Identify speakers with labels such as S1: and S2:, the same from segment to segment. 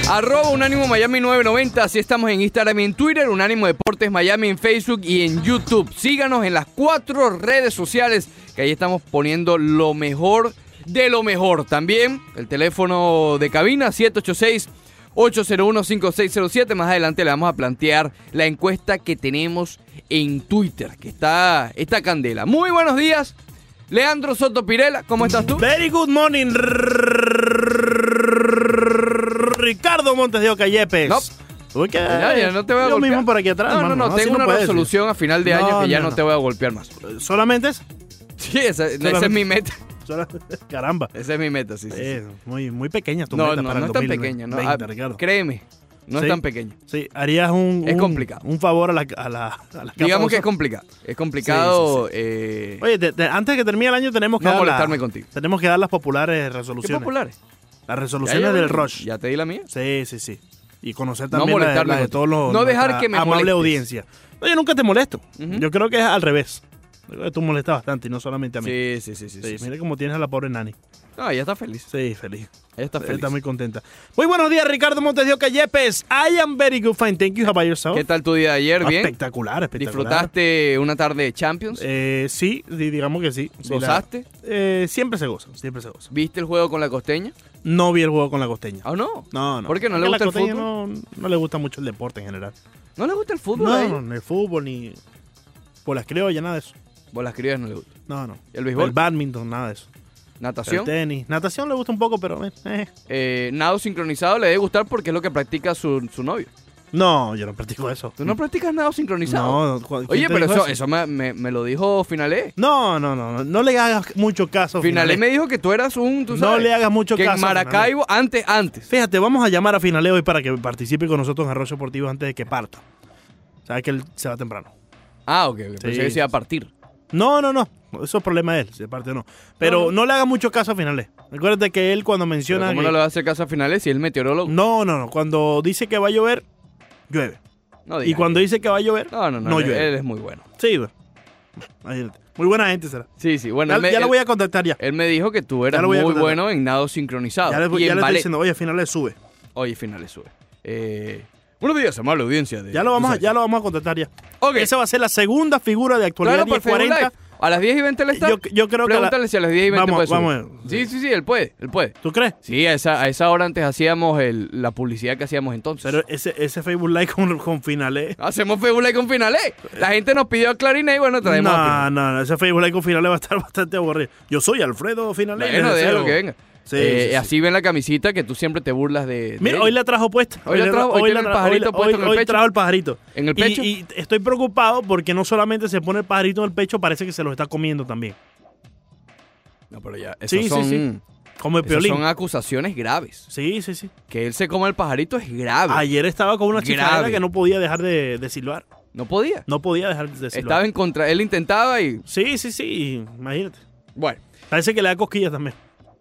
S1: @Unánimo Miami 990, así estamos en Instagram y en Twitter, Unánimo Deportes Miami en Facebook y en YouTube. Síganos en las 4 redes sociales, que ahí estamos poniendo lo mejor de lo mejor. También el teléfono de cabina, 786-801-5607. Más adelante le vamos a plantear la encuesta que tenemos en Twitter, que está candela. Muy buenos días, Leandro Soto Pirela, ¿cómo estás tú?
S2: Very good morning, Ricardo Montes de Oca Yepes.
S1: No.
S2: Uy, ¿qué?
S1: Ya no te voy a
S2: Yo
S1: golpear.
S2: mismo por aquí atrás,
S1: No,
S2: así
S1: tengo una
S2: puede
S1: resolución a final de año que ya no te voy a golpear más.
S2: ser. ¿Solamente eso?
S1: Sí, esa es mi meta.
S2: Caramba.
S1: Esa es mi meta, sí.
S2: Muy, muy pequeña tu
S1: No,
S2: meta para el
S1: no es tan pequeña. No,
S2: 2020, Ricardo.
S1: créeme, no es tan pequeña.
S2: Sí, harías
S1: Es complicado.
S2: un favor a la
S1: Digamos que es
S2: causa.
S1: complicado. Es complicado.
S2: Oye, antes de que termine el año tenemos que
S1: No
S2: dar
S1: molestarme contigo.
S2: Tenemos que dar las populares
S1: ¿Qué
S2: resoluciones.
S1: populares?
S2: Las resoluciones del Rush.
S1: Ya te di la mía.
S2: Sí. Y conocer
S1: No
S2: también
S1: molestarme
S2: la de
S1: contigo.
S2: todos los
S1: No dejar
S2: nuestra
S1: que me
S2: amable
S1: molestes.
S2: audiencia. No, yo nunca te molesto.
S1: Ujú.
S2: Yo creo que es al revés. Yo creo que tú molestas bastante y no solamente a mí.
S1: Sí.
S2: Mira cómo tienes a la pobre Nani.
S1: No, ella está feliz.
S2: Sí, feliz.
S1: Ella está feliz.
S2: Está muy contenta. Muy buenos días, Ricardo Montes de Oca Yepes. I am very good, fine. Thank you. How about yourself?
S1: ¿Qué tal tu día de ayer? ¿Bien?
S2: Espectacular.
S1: ¿Disfrutaste una tarde de Champions?
S2: Sí, digamos que sí. Sí,
S1: ¿Gozaste?
S2: Siempre se goza.
S1: ¿Viste el juego con la Costeña?
S2: No vi el juego con la Costeña.
S1: ¿Ah, no?
S2: No.
S1: ¿Por qué? ¿No le
S2: Porque
S1: gusta el
S2: la
S1: fútbol?
S2: Costeña no le gusta mucho el deporte en general.
S1: ¿No le gusta el fútbol a ella?
S2: No, ni el fútbol, ni por las criollas, nada de eso.
S1: Vos las criollas no le gusta.
S2: No.
S1: ¿El béisbol?
S2: El badminton, nada de eso.
S1: ¿Natación?
S2: El tenis. Natación le gusta un poco, pero...
S1: Nado sincronizado le debe gustar porque es lo que practica su novio.
S2: No, yo no practico eso.
S1: ¿Tú no practicas nado sincronizado?
S2: No. ¿Quién
S1: Oye,
S2: te
S1: pero
S2: dijo
S1: eso me lo dijo Finalé.
S2: No le hagas mucho caso.
S1: Finalé me dijo que tú eras tú
S2: No
S1: sabes,
S2: le hagas mucho
S1: que
S2: caso.
S1: en Maracaibo, antes.
S2: Fíjate, vamos a llamar a Finalé hoy para que participe con nosotros en Arroz Deportivo antes de que parta. Sabes que él se va temprano.
S1: Ah, ok. Pensé que se iba a partir.
S2: No. Eso es problema de él, si parte o no. Pero no le hagas mucho caso a Finalé. Recuérdate que él cuando menciona...
S1: ¿Cómo no le va a hacer caso a Finalé si es el meteorólogo?
S2: No. Cuando dice que va a llover, llueve.
S1: No
S2: Y
S1: digas
S2: cuando
S1: eso.
S2: dice que va a llover,
S1: No
S2: llueve.
S1: él es muy bueno.
S2: Sí, güey. Imagínate. Muy buena gente será.
S1: Sí, bueno.
S2: Ya lo voy a contactar ya.
S1: Él me dijo que tú eras
S2: Ya lo voy a
S1: muy
S2: contratar.
S1: bueno en nado sincronizado.
S2: Ya le
S1: y en
S2: estoy
S1: ballet.
S2: diciendo, oye, Finalé sube.
S1: Oye, Finalé sube. Buenos días, amable audiencia.
S2: Ya lo vamos a contactar ya.
S1: Ok.
S2: Esa va a ser la segunda figura de actualidad
S1: Claro, por
S2: 10:40.
S1: A las 10:20 le está.
S2: Yo creo que
S1: Pregúntale si a las 10:20 puede subir.
S2: vamos.
S1: Sí, él puede.
S2: ¿Tú crees?
S1: Sí, a esa hora antes hacíamos la publicidad que hacíamos entonces.
S2: Pero ese Facebook Live con Finalé.
S1: Hacemos Facebook Live con Finalé. La gente nos pidió a Clarinet y bueno, traemos a Finalé.
S2: No, ese Facebook Live con Finalé va a estar bastante aburrido. Yo soy Alfredo Finalé.
S1: Bueno,
S2: les
S1: déjalo
S2: deseo-
S1: que venga.
S2: Sí, sí.
S1: Así ven la camisita que tú siempre te burlas de
S2: Mira,
S1: ella.
S2: hoy la trajo puesta.
S1: Hoy la trajo, hoy tiene el pajarito puesto en el
S2: hoy
S1: pecho.
S2: trajo el pajarito.
S1: ¿En el pecho?
S2: Y estoy preocupado porque no solamente se pone el pajarito en el pecho, parece que se lo está comiendo también.
S1: No, pero ya,
S2: Sí. Como el
S1: esas
S2: Piolín.
S1: son acusaciones graves.
S2: Sí.
S1: Que él se coma el pajarito es grave.
S2: Ayer estaba con una chica
S1: Grave.
S2: que no podía dejar de silbar.
S1: No podía.
S2: No podía dejar de silbar.
S1: Estaba en contra. Él intentaba y...
S2: Sí. Imagínate.
S1: Bueno.
S2: Parece que le da cosquillas también.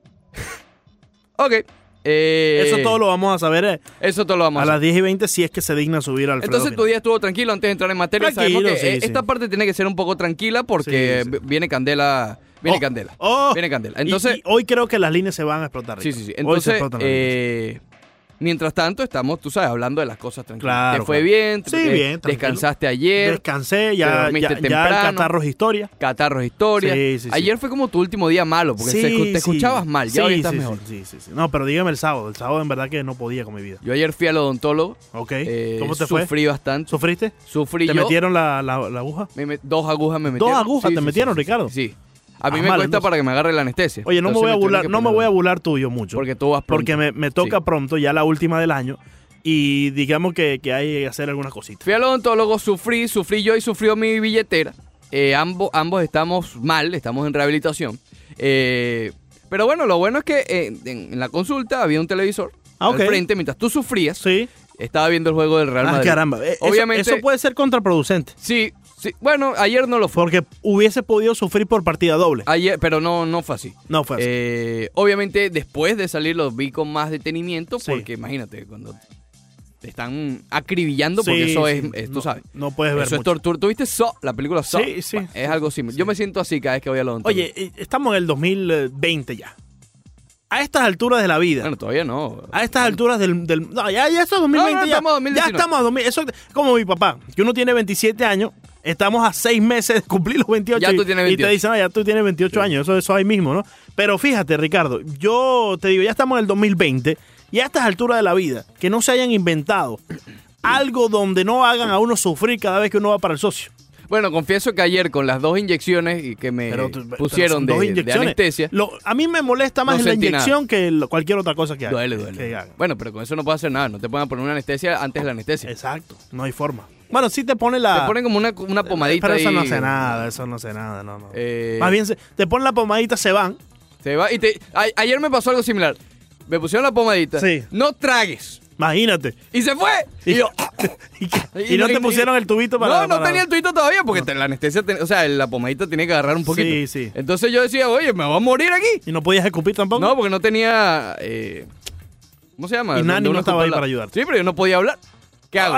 S1: Ok.
S2: Eso todo lo vamos a saber
S1: Eso todo lo vamos
S2: a
S1: a
S2: las
S1: hacer.
S2: 10:20 si es que se digna subir al Alfredo.
S1: Entonces tu día estuvo tranquilo antes de entrar en materia.
S2: Tranquilo,
S1: Sabemos que
S2: sí.
S1: esta parte tiene que ser un poco tranquila porque
S2: Sí.
S1: viene candela. Viene candela. Viene candela. Entonces,
S2: y hoy creo que las líneas se van a explotar.
S1: sí.
S2: Ricardo. Hoy se
S1: Entonces,
S2: explotan las líneas.
S1: mientras tanto, estamos, tú sabes, hablando de las cosas tranquilas.
S2: Claro,
S1: ¿Te fue
S2: claro.
S1: bien?
S2: Sí, bien, tranquilo.
S1: ¿Descansaste ayer?
S2: Descansé,
S1: te
S2: ya
S1: dormiste
S2: el
S1: temprano.
S2: catarro es historia.
S1: Catarros, historia.
S2: Sí.
S1: Ayer fue como tu último día malo porque te escuchabas mal. Ya hoy estás mejor.
S2: Sí. No, pero dígame el sábado. El sábado en verdad que no podía con mi vida.
S1: Yo ayer fui al odontólogo.
S2: Ok. ¿Cómo te fue?
S1: Sufrí bastante.
S2: ¿Sufriste?
S1: Sufrí
S2: ¿Te
S1: yo.
S2: metieron la aguja?
S1: 2 agujas me metieron.
S2: ¿Dos agujas te metieron, Ricardo?
S1: Sí. A mí me
S2: mal,
S1: cuesta
S2: entonces.
S1: para que me agarre la anestesia.
S2: Oye, no me
S1: Entonces
S2: voy a
S1: tuvieron
S2: burlar,
S1: que
S2: no me
S1: poner-
S2: voy a burlar tuyo mucho.
S1: Porque tú vas pronto.
S2: Porque me toca
S1: Sí.
S2: pronto, ya la última del año. Y digamos que hay que hacer algunas cositas.
S1: Fui al odontólogo, sufrí yo y sufrió mi billetera. Ambos estamos mal, estamos en rehabilitación. Pero bueno, lo bueno es que en la consulta había un televisor
S2: Ok.
S1: al frente mientras tú sufrías.
S2: Sí.
S1: Estaba viendo el juego del Real Madrid.
S2: Caramba.
S1: Obviamente,
S2: Eso puede ser contraproducente.
S1: sí. Bueno, ayer no lo fue.
S2: Porque hubiese podido sufrir por partida doble.
S1: Ayer, pero no fue así.
S2: No fue así.
S1: Obviamente, después de salir los vi con más detenimiento,
S2: Sí.
S1: porque imagínate, cuando te están acribillando, porque
S2: Sí,
S1: eso
S2: sí.
S1: es tú
S2: No,
S1: sabes.
S2: no puedes ver
S1: Eso es
S2: mucho.
S1: tortura. ¿Tuviste la película Saw?
S2: Sí.
S1: Es algo similar. Yo me siento así cada vez que voy al odontólogo.
S2: Oye, estamos en el 2020 ya. a estas alturas de la vida.
S1: Bueno, todavía no.
S2: A estas alturas no, ya eso es 2020.
S1: No, estamos en 2019.
S2: Ya estamos a 2000. Eso es como mi papá, que uno tiene 27 años, estamos a 6 meses de cumplir los 28.
S1: Ya tú tienes 28.
S2: Y te dicen, ya tú tienes 28
S1: Sí.
S2: años. Eso ahí mismo, ¿no? Pero fíjate, Ricardo, yo te digo, ya estamos en el 2020 y a estas alturas de la vida, que no se hayan inventado algo donde no hagan a uno sufrir cada vez que uno va para el socio.
S1: Bueno, confieso que ayer con las 2 inyecciones y que me pusieron
S2: son 2
S1: de
S2: inyecciones.
S1: anestesia.
S2: A mí me molesta más
S1: No
S2: la
S1: sentí
S2: inyección que cualquier otra cosa que haga.
S1: Duele.
S2: que haga.
S1: Bueno, pero con eso no puedo hacer nada. No te pueden poner una anestesia antes de la anestesia.
S2: Exacto, no hay forma. Bueno, sí te pone la...
S1: Te ponen como una pomadita
S2: Pero eso
S1: ahí.
S2: no hace nada, no.
S1: Eh,
S2: Más bien, te ponen la pomadita, se van.
S1: Se va y ayer me pasó algo similar. Me pusieron la pomadita.
S2: Sí.
S1: No tragues.
S2: Imagínate.
S1: Y se fue. Y yo...
S2: y no te pusieron el tubito para...
S1: No tenía el tubito todavía porque la anestesia, o sea, la pomadita tenía que agarrar un poquito.
S2: Sí, sí.
S1: Entonces yo decía, oye, me voy a morir aquí.
S2: ¿Y no podías escupir tampoco?
S1: No, porque no tenía... ¿cómo se llama?
S2: Y Nani
S1: Donde uno
S2: no estaba
S1: escupe
S2: ahí
S1: la-
S2: para ayudarte.
S1: Sí, pero yo no podía hablar. ¿Qué hago?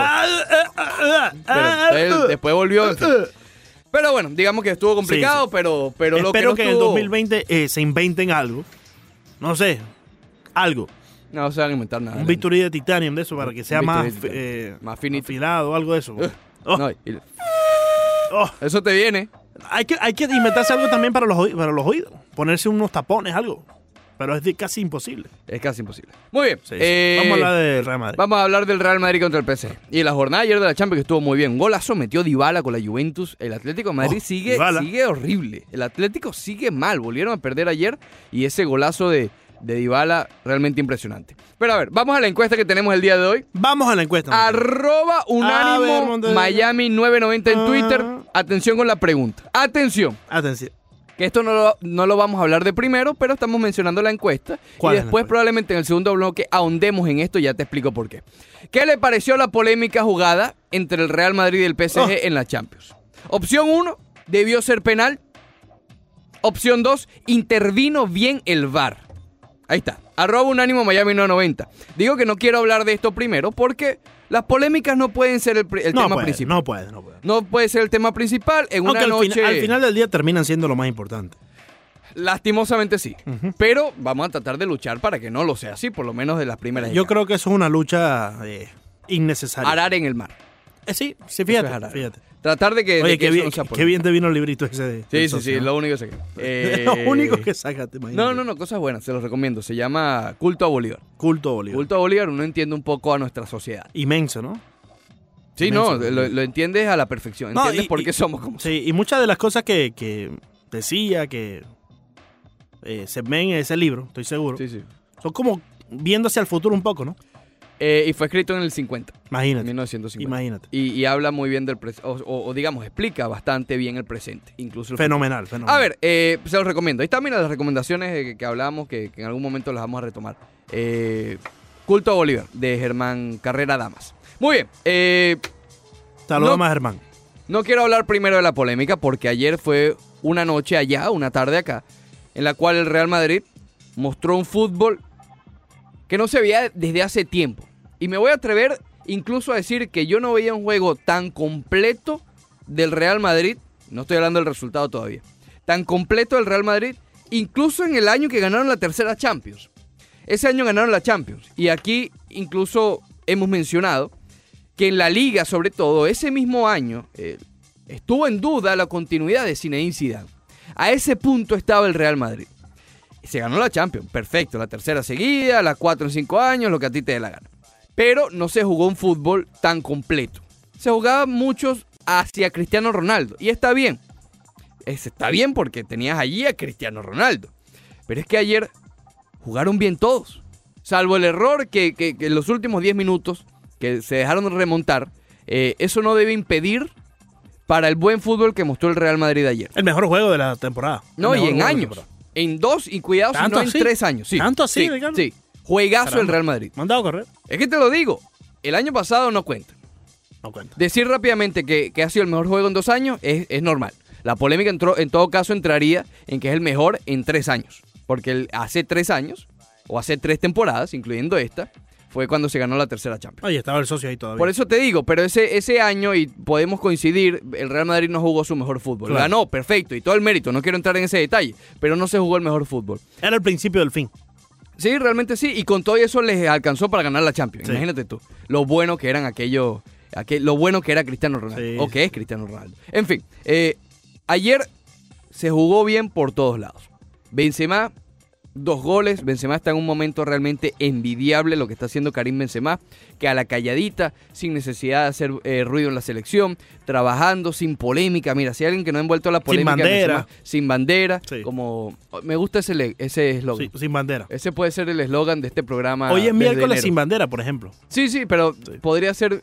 S1: Pero él después volvió. en fin. Pero bueno, digamos que estuvo complicado,
S2: Sí.
S1: pero lo que
S2: Espero
S1: no
S2: que en el
S1: estuvo...
S2: 2020 se inventen algo. No sé, algo.
S1: No se van a inventar nada.
S2: Un bisturí de titanio de eso para que sea más,
S1: bisturí de titanio. Más finito.
S2: afilado, algo de eso. Oh,
S1: No,
S2: oh.
S1: eso te viene.
S2: Hay que inventarse algo también para los oídos. Ponerse unos tapones, algo. Pero es casi imposible.
S1: Es casi imposible. Muy bien.
S2: Sí, sí. Vamos a hablar del Real Madrid.
S1: Vamos a hablar del Real Madrid contra el PSG. Y la jornada ayer de la Champions que estuvo muy bien. Un golazo metió Dybala con la Juventus. El Atlético de Madrid
S2: Dybala.
S1: sigue horrible. El Atlético sigue mal. Volvieron a perder ayer y ese golazo de Dybala realmente impresionante. Pero a ver, vamos a la encuesta que tenemos el día de hoy.
S2: Vamos a la encuesta.
S1: Arroba
S2: A ver,
S1: unánimo
S2: Montes.
S1: Miami 990 en Twitter. Atención con la pregunta. Atención.
S2: Atención.
S1: Que esto no lo vamos a hablar de primero, pero estamos mencionando la encuesta. Y
S2: ¿Cuál es la
S1: después
S2: encuesta?
S1: probablemente en el segundo bloque ahondemos en esto y ya te explico por qué. ¿Qué le pareció la polémica jugada entre el Real Madrid y el PSG en la Champions? Opción 1, debió ser penal. Opción 2, intervino bien el VAR. Ahí está. Arroba unánimo Miami 990. Digo que no quiero hablar de esto primero porque las polémicas no pueden ser el tema principal.
S2: No puede.
S1: No puede ser el tema principal en
S2: Aunque
S1: una noche...
S2: al final del día terminan siendo lo más importante.
S1: Lastimosamente sí. Pero vamos a tratar de luchar para que no lo sea así, por lo menos de las primeras.
S2: Yo creo que eso es una lucha innecesaria.
S1: Arar en el mar.
S2: Sí,
S1: Eso es
S2: fíjate.
S1: arar.
S2: Fíjate.
S1: Tratar de que,
S2: Oye,
S1: de que
S2: qué
S1: eso
S2: bien,
S1: no sea
S2: qué
S1: polémico.
S2: bien te vino el librito ese de...
S1: Sí,
S2: del
S1: sí,
S2: socio, ¿no?
S1: lo único que saqué.
S2: Lo único que sacaste, imagínate.
S1: No, cosas buenas, se los recomiendo. Se llama Culto a Bolívar.
S2: Culto a Bolívar.
S1: Culto a Bolívar uno entiende un poco a nuestra sociedad.
S2: Inmenso, ¿no?
S1: Sí,
S2: Inmenso.
S1: no, lo entiendes a la perfección.
S2: No,
S1: Entiendes
S2: y-
S1: por qué
S2: y-
S1: somos como somos.
S2: Sí, y muchas de las cosas que decía, que se ven en ese libro, estoy seguro,
S1: Sí, sí.
S2: son como viendo hacia el futuro un poco, ¿no?
S1: Y fue escrito en el 50, en
S2: Imagínate.
S1: 1950.
S2: Imagínate.
S1: Y habla muy bien del presente, o digamos, explica bastante bien el presente, incluso el
S2: Fenomenal.
S1: A ver, se los recomiendo. Ahí están, mira, las recomendaciones que hablábamos, que en algún momento las vamos a retomar. Culto a Bolívar, de Germán Carrera Damas. Muy bien.
S2: Saludos
S1: no-
S2: más, Germán.
S1: No quiero hablar primero de la polémica, porque ayer fue una noche allá, una tarde acá, en la cual el Real Madrid mostró un fútbol que no se veía desde hace tiempo. Y me voy a atrever incluso a decir que yo no veía un juego tan completo del Real Madrid, no estoy hablando del resultado todavía, tan completo del Real Madrid, incluso en el año que ganaron la tercera Champions. Ese año ganaron la Champions. Y aquí incluso hemos mencionado que en la Liga, sobre todo, ese mismo año, estuvo en duda la continuidad de Zinedine Zidane. A ese punto estaba el Real Madrid. Se ganó la Champions, perfecto, la tercera seguida, la 4 en 5 años, lo que a ti te dé la gana. Pero no se jugó un fútbol tan completo. Se jugaba muchos hacia Cristiano Ronaldo. Y está bien. Está bien porque tenías allí a Cristiano Ronaldo. Pero es que ayer jugaron bien todos. Salvo el error que en los últimos 10 minutos que se dejaron remontar. Eso no debe impedir para el buen fútbol que mostró el Real Madrid ayer.
S2: El mejor juego de la temporada.
S1: No,
S2: El
S1: y
S2: mejor
S1: en
S2: juego de la
S1: años.
S2: temporada.
S1: En 2 y cuidado si
S2: ¿Tanto
S1: no en
S2: así?
S1: 3 años. Sí.
S2: ¿Tanto así,
S1: Sí,
S2: Ricardo?
S1: sí. Juegazo
S2: Caramba.
S1: el Real Madrid.
S2: ¿Mandado a correr?
S1: Es que te lo digo. El año pasado no cuenta.
S2: No cuenta.
S1: Decir rápidamente que ha sido el mejor juego en 2 años es normal. La polémica en todo caso entraría en que es el mejor en 3 años. Porque hace 3 años, o hace 3 temporadas, incluyendo esta, fue cuando se ganó la tercera Champions.
S2: Oye, estaba el socio ahí todavía.
S1: Por eso te digo, pero ese año, y podemos coincidir, el Real Madrid no jugó su mejor fútbol.
S2: Claro.
S1: Ganó, perfecto, y todo el mérito, no quiero entrar en ese detalle, pero no se jugó el mejor fútbol.
S2: Era el principio del fin.
S1: Sí, realmente sí. Y con todo eso les alcanzó para ganar la Champions.
S2: Sí.
S1: Imagínate tú. Lo bueno que eran aquellos. Lo bueno que era Cristiano Ronaldo.
S2: Sí.
S1: O que es Cristiano Ronaldo. En fin. Ayer se jugó bien por todos lados. Benzema, 2 goles. Benzema está en un momento realmente envidiable lo que está haciendo Karim Benzema, que a la calladita, sin necesidad de hacer ruido en la selección, trabajando, sin polémica. Mira, si hay alguien que no ha envuelto a la polémica,
S2: Sin bandera.
S1: Benzema, sin bandera,
S2: Sí.
S1: como me gusta ese eslogan.
S2: Sí, sin bandera.
S1: Ese puede ser el eslogan de este programa.
S2: Hoy es
S1: desde
S2: miércoles
S1: enero.
S2: sin bandera, por ejemplo.
S1: Sí, pero
S2: Sí.
S1: podría ser.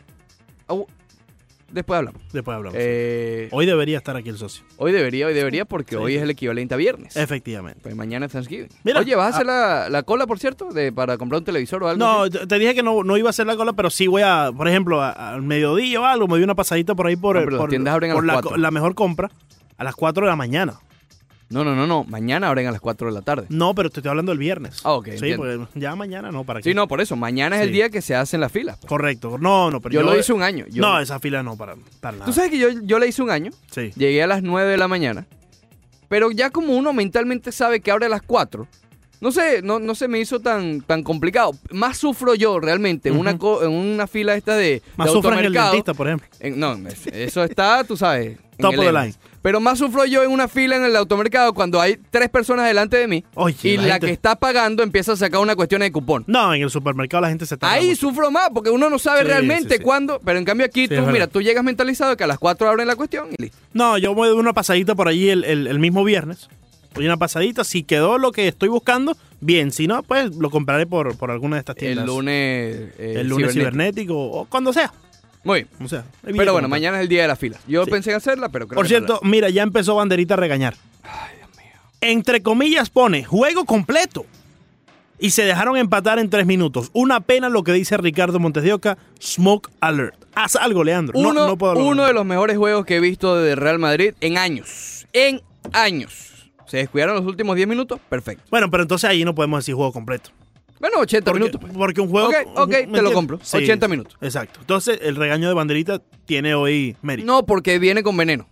S1: Después hablamos.
S2: Después hablamos.
S1: Hoy
S2: Hoy debería estar aquí el socio.
S1: debería, porque
S2: Sí,
S1: hoy
S2: sí.
S1: es el equivalente a viernes.
S2: Efectivamente.
S1: Pues mañana es Thanksgiving.
S2: Mira,
S1: Oye, ¿vas a hacer la cola, por cierto, para comprar un televisor o algo?
S2: No,
S1: así?
S2: te dije que no iba a hacer la cola, pero sí voy a, por ejemplo, al mediodía o algo, me doy una pasadita por ahí por,
S1: No, pero las tiendas abren a
S2: por
S1: las
S2: la,
S1: 4.
S2: la mejor compra a las 4 de la mañana.
S1: No. Mañana abren a las 4 de la tarde.
S2: No, pero te estoy hablando del viernes.
S1: Ah, ok,
S2: Sí,
S1: entiendo.
S2: porque ya mañana no, ¿para qué?
S1: Sí, no, por eso. Mañana es el
S2: Sí.
S1: día que se hacen las filas.
S2: Correcto. No, pero
S1: Yo lo hice un año.
S2: No, esa fila no, para nada.
S1: Tú sabes que yo la hice un año.
S2: Sí.
S1: Llegué a las 9 de la mañana. Pero ya como uno mentalmente sabe que abre a las 4, no sé, no se me hizo tan complicado. Más sufro yo realmente en una fila esta de
S2: Más sufren en el
S1: automercado.
S2: dentista, por ejemplo.
S1: No, eso está, tú sabes. en
S2: Top
S1: el
S2: of the
S1: M.
S2: line.
S1: Pero más sufro yo en una fila en el automercado cuando hay 3 personas delante de mí
S2: Oye,
S1: y la
S2: gente-
S1: que está pagando empieza a sacar una cuestión de cupón.
S2: No, en el supermercado la gente se tarda
S1: Ahí
S2: mucho.
S1: sufro más porque uno no sabe
S2: Sí,
S1: realmente
S2: sí, sí.
S1: cuándo. Pero en cambio aquí
S2: Sí, es
S1: tú, mira,
S2: verdad.
S1: tú llegas mentalizado que a las 4 abren la cuestión y listo.
S2: No, yo voy de una pasadita por allí el mismo viernes. Doy una pasadita. Si quedó lo que estoy buscando, bien. Si no, pues lo compraré por alguna de estas tiendas.
S1: El lunes,
S2: El lunes cibernético o cuando sea.
S1: Muy bien.
S2: O sea,
S1: Pero bueno, mañana es el día de la fila. Yo
S2: Sí.
S1: pensé en hacerla, pero creo
S2: Por
S1: que
S2: cierto, mira, ya empezó Banderita a regañar.
S1: Ay, Dios mío.
S2: Entre comillas pone juego completo. Y se dejaron empatar en 3 minutos. Una pena lo que dice Ricardo Montes de Oca. Smoke alert. Haz algo, Leandro. No puedo hablar.
S1: Uno de los mejores juegos que he visto de Real Madrid en años. En años. Se descuidaron los últimos 10 minutos, perfecto.
S2: Bueno, pero entonces ahí no podemos decir juego completo.
S1: Bueno, 80
S2: Porque,
S1: minutos. Pues.
S2: porque un juego...
S1: Ok,
S2: ¿me
S1: te lo
S2: entiendes?
S1: compro.
S2: Sí,
S1: 80 minutos.
S2: Exacto. Entonces, el regaño de Banderita tiene hoy mérito.
S1: No, porque viene con veneno.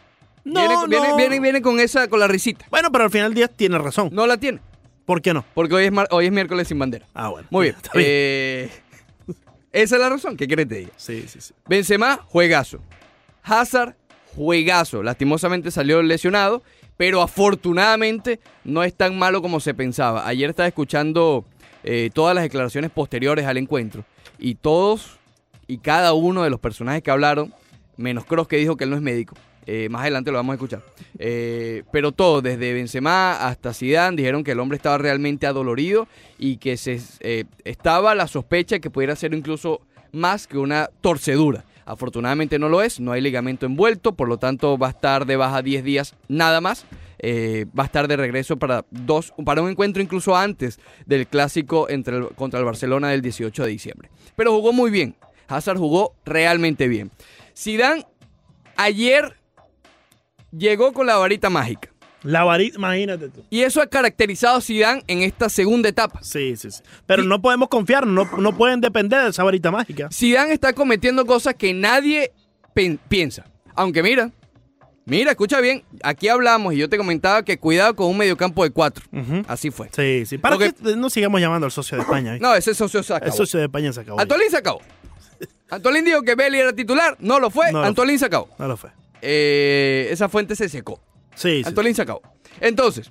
S1: Viene con la risita.
S2: Bueno, pero al final del día tiene razón.
S1: No la tiene.
S2: ¿Por qué no?
S1: Porque hoy es miércoles sin bandera.
S2: Ah, bueno.
S1: Muy bien.
S2: Está bien.
S1: Esa es la razón. ¿Qué querés te diga?
S2: Sí.
S1: Benzema, juegazo. Hazard, juegazo. Lastimosamente salió lesionado, pero afortunadamente no es tan malo como se pensaba. Ayer estaba escuchando todas las declaraciones posteriores al encuentro y todos y cada uno de los personajes que hablaron, menos Kroos que dijo que él no es médico. Más adelante lo vamos a escuchar. Pero todos, desde Benzema hasta Zidane, dijeron que el hombre estaba realmente adolorido y que estaba la sospecha de que pudiera ser incluso más que una torcedura. Afortunadamente no lo es, no hay ligamento envuelto, por lo tanto va a estar de baja 10 días nada más. Va a estar de regreso para un encuentro incluso antes del clásico contra el Barcelona del 18 de diciembre. Pero jugó muy bien. Hazard jugó realmente bien. Zidane ayer llegó con la varita mágica.
S2: La varita, imagínate tú.
S1: Y eso ha caracterizado a Zidane en esta segunda etapa.
S2: Sí. Pero no podemos confiar, no pueden depender de esa varita mágica.
S1: Zidane está cometiendo cosas que nadie piensa. Aunque mira, escucha bien. Aquí hablamos y yo te comentaba que cuidado con un mediocampo de 4.
S2: Ujú.
S1: Así fue.
S2: Sí. Para
S1: Porque-
S2: que no sigamos llamando al socio de España. ¿viste?
S1: No, ese socio se acabó.
S2: El socio de España se acabó.
S1: Antolín se acabó. Antolín dijo que Belly era titular. No lo fue.
S2: No lo
S1: Antolín se acabó.
S2: No lo fue.
S1: Esa fuente se secó.
S2: Sí.
S1: Antolín se acabó. Entonces,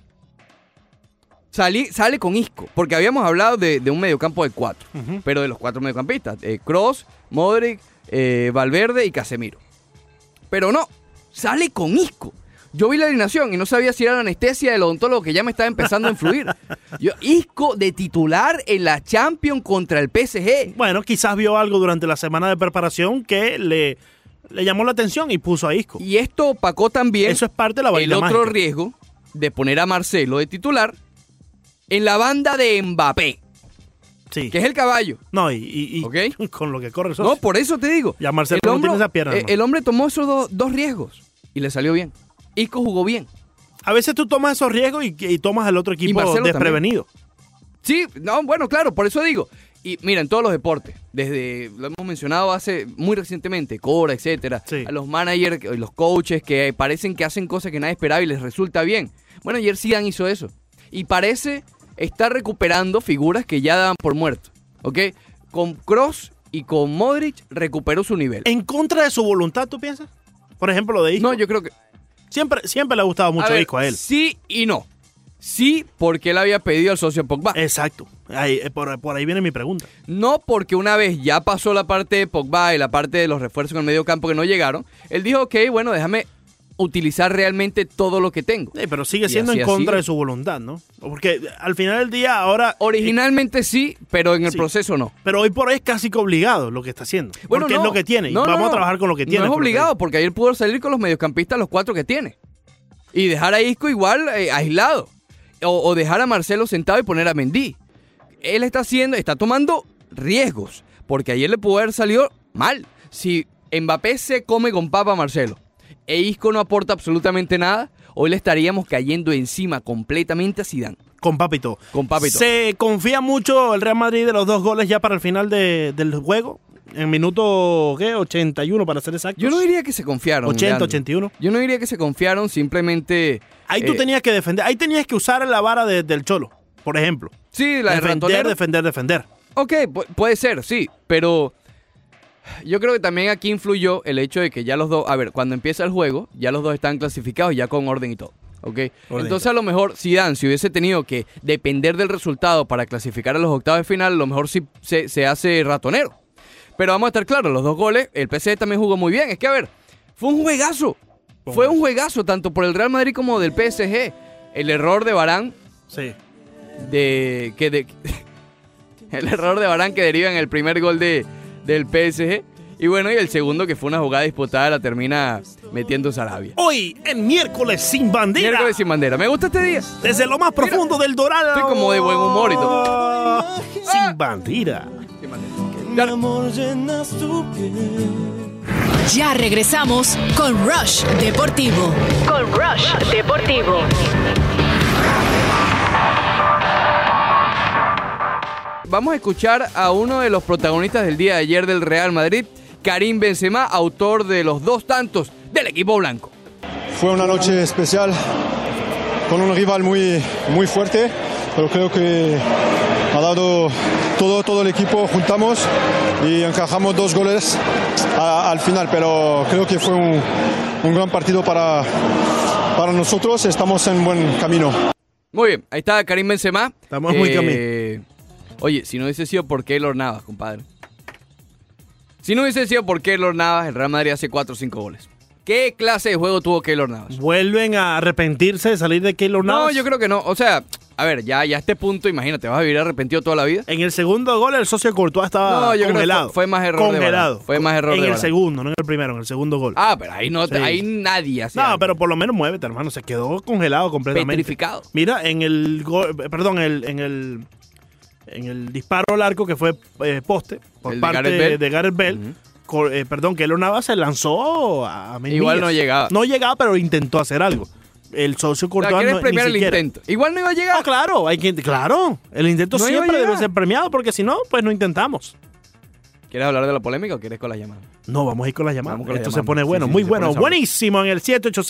S1: sale con Isco, porque habíamos hablado de un mediocampo de 4,
S2: Ujú.
S1: pero de los 4 mediocampistas, Kroos, Modric, Valverde y Casemiro. Pero no, sale con Isco. Yo vi la alineación y no sabía si era la anestesia del odontólogo que ya me estaba empezando a influir. Isco de titular en la Champions contra el PSG.
S2: Bueno, quizás vio algo durante la semana de preparación que le llamó la atención y puso a Isco.
S1: Y esto opacó también
S2: Eso es parte de la
S1: el
S2: varita
S1: otro
S2: mágica.
S1: riesgo de poner a Marcelo de titular en la banda de Mbappé,
S2: Sí.
S1: que es el caballo.
S2: No, y
S1: Ok.
S2: con lo que corre el socio.
S1: No, por eso te digo.
S2: Ya Marcelo no tiene esa pierna, hermano.
S1: El hombre tomó esos dos riesgos y le salió bien. Isco jugó bien.
S2: A veces tú tomas esos riesgos y tomas al otro equipo
S1: Marcelo
S2: desprevenido.
S1: Sí, no, bueno, claro, por eso digo. Y mira, en todos los deportes, lo hemos mencionado muy recientemente, Cora, etcétera,
S2: Sí.
S1: a los managers, los coaches que parecen que hacen cosas que nadie esperaba y les resulta bien. Bueno, ayer Zidane hizo eso. Y parece está recuperando figuras que ya daban por muerto, ¿ok? Con Kroos y con Modric recuperó su nivel.
S2: ¿En contra de su voluntad, tú piensas? Por ejemplo, lo de Isco.
S1: No, yo creo que...
S2: Siempre le ha gustado mucho Isco a él.
S1: Sí y no. Sí, porque él había pedido al socio Pogba.
S2: Exacto. Por ahí viene mi pregunta.
S1: No porque una vez ya pasó la parte de Pogba y la parte de los refuerzos en el medio campo que no llegaron, él dijo, ok, bueno, déjame utilizar realmente todo lo que tengo.
S2: Sí, pero sigue siendo en contra de su voluntad, ¿no? Porque al final del día ahora...
S1: Originalmente sí, pero en el proceso no.
S2: Pero hoy por hoy es casi que obligado lo que está haciendo.
S1: Bueno,
S2: porque es lo que tiene. Vamos a trabajar con lo que tiene.
S1: No es obligado, porque ayer pudo salir con los mediocampistas los 4 que tiene. Y dejar a Isco igual aislado. O dejar a Marcelo sentado y poner a Mendy. Él está tomando riesgos. Porque ayer le pudo haber salido mal. Si Mbappé se come con papa a Marcelo e Isco no aporta absolutamente nada, hoy le estaríamos cayendo encima completamente a Zidane.
S2: Con papito.
S1: Con papito.
S2: ¿Se confía mucho el Real Madrid de los 2 goles ya para el final del juego? En minuto, ¿qué? 81 para ser exactos.
S1: Yo no diría que se confiaron.
S2: 80, 81.
S1: Yo no diría que se confiaron, simplemente...
S2: Ahí tú tenías que defender. Ahí tenías que usar la vara del Cholo, por ejemplo.
S1: Sí, la
S2: defender.
S1: Ok, puede ser, sí, pero yo creo que también aquí influyó el hecho de que ya los dos... A ver, cuando empieza el juego, ya los dos están clasificados ya con orden y todo. ¿Okay? Entonces a lo mejor Zidane, si hubiese tenido que depender del resultado para clasificar a los octavos de final, a lo mejor sí se hace ratonero. Pero vamos a estar claros, los 2 goles, el PSG también jugó muy bien. Es que, a ver, fue un juegazo. Fue un juegazo, tanto por el Real Madrid como del PSG. El error de Varane.
S2: Sí.
S1: El error de Varane que deriva en el primer gol del PSG. Y bueno, y el segundo, que fue una jugada disputada, la termina metiendo Sarabia.
S2: Hoy, en Miércoles Sin Bandera.
S1: Miércoles Sin Bandera. Me gusta este día.
S2: Desde lo más profundo del Doral.
S1: Estoy como de buen humor y todo.
S2: Sin Bandera.
S1: Sin Bandera.
S3: Ya regresamos con Rush Deportivo.
S1: Vamos a escuchar a uno de los protagonistas del día de ayer del Real Madrid, Karim Benzema, autor de los 2 tantos del equipo blanco.
S4: Fue una noche especial con un rival muy, muy fuerte, pero creo que ha dado todo el equipo, juntamos y encajamos 2 goles al final, pero creo que fue un gran partido para nosotros, estamos en buen camino.
S1: Muy bien, ahí está Karim Benzema.
S2: Estamos muy camino.
S1: Oye, si no hubiese sido por Keylor Navas, compadre. Si no hubiese sido por Keylor Navas, el Real Madrid hace 4 o 5 goles. ¿Qué clase de juego tuvo Keylor Navas?
S2: ¿Vuelven a arrepentirse de salir de Keylor Navas?
S1: No, yo creo que no. O sea, a ver, ya a este punto, imagínate, ¿vas a vivir arrepentido toda la vida?
S2: En el segundo gol el socio Courtois estaba congelado.
S1: Fue más error de Varane. Fue más error
S2: en
S1: de
S2: el
S1: Varane.
S2: segundo, no en el primero, en el segundo gol.
S1: Ah, pero ahí no,
S2: Sí.
S1: ahí nadie hacía
S2: No,
S1: algo.
S2: pero por lo menos muévete, hermano. Se quedó congelado completamente.
S1: Petrificado.
S2: Mira, en el gol, perdón, en el disparo al arco que fue poste por
S1: El de
S2: parte
S1: Gareth Bale.
S2: de Gareth Bale. Perdón, Keylor Navas se lanzó a millas.
S1: Igual no llegaba.
S2: No llegaba, pero intentó hacer algo. El socio
S1: O sea,
S2: Courtois
S1: quieres
S2: ni
S1: premiar el
S2: siquiera.
S1: intento. Igual no iba a llegar.
S2: Ah, claro, claro. El intento
S1: No iba a
S2: siempre debe
S1: llegar.
S2: ser premiado, porque si no, pues no intentamos.
S1: ¿Quieres hablar de la polémica o quieres con las llamadas?
S2: No, vamos a ir con las llamadas.
S1: Vamos con las
S2: Esto se
S1: llamadas.
S2: pone bueno,
S1: Sí,
S2: muy
S1: se
S2: bueno.
S1: pone sabroso.
S2: Buenísimo en el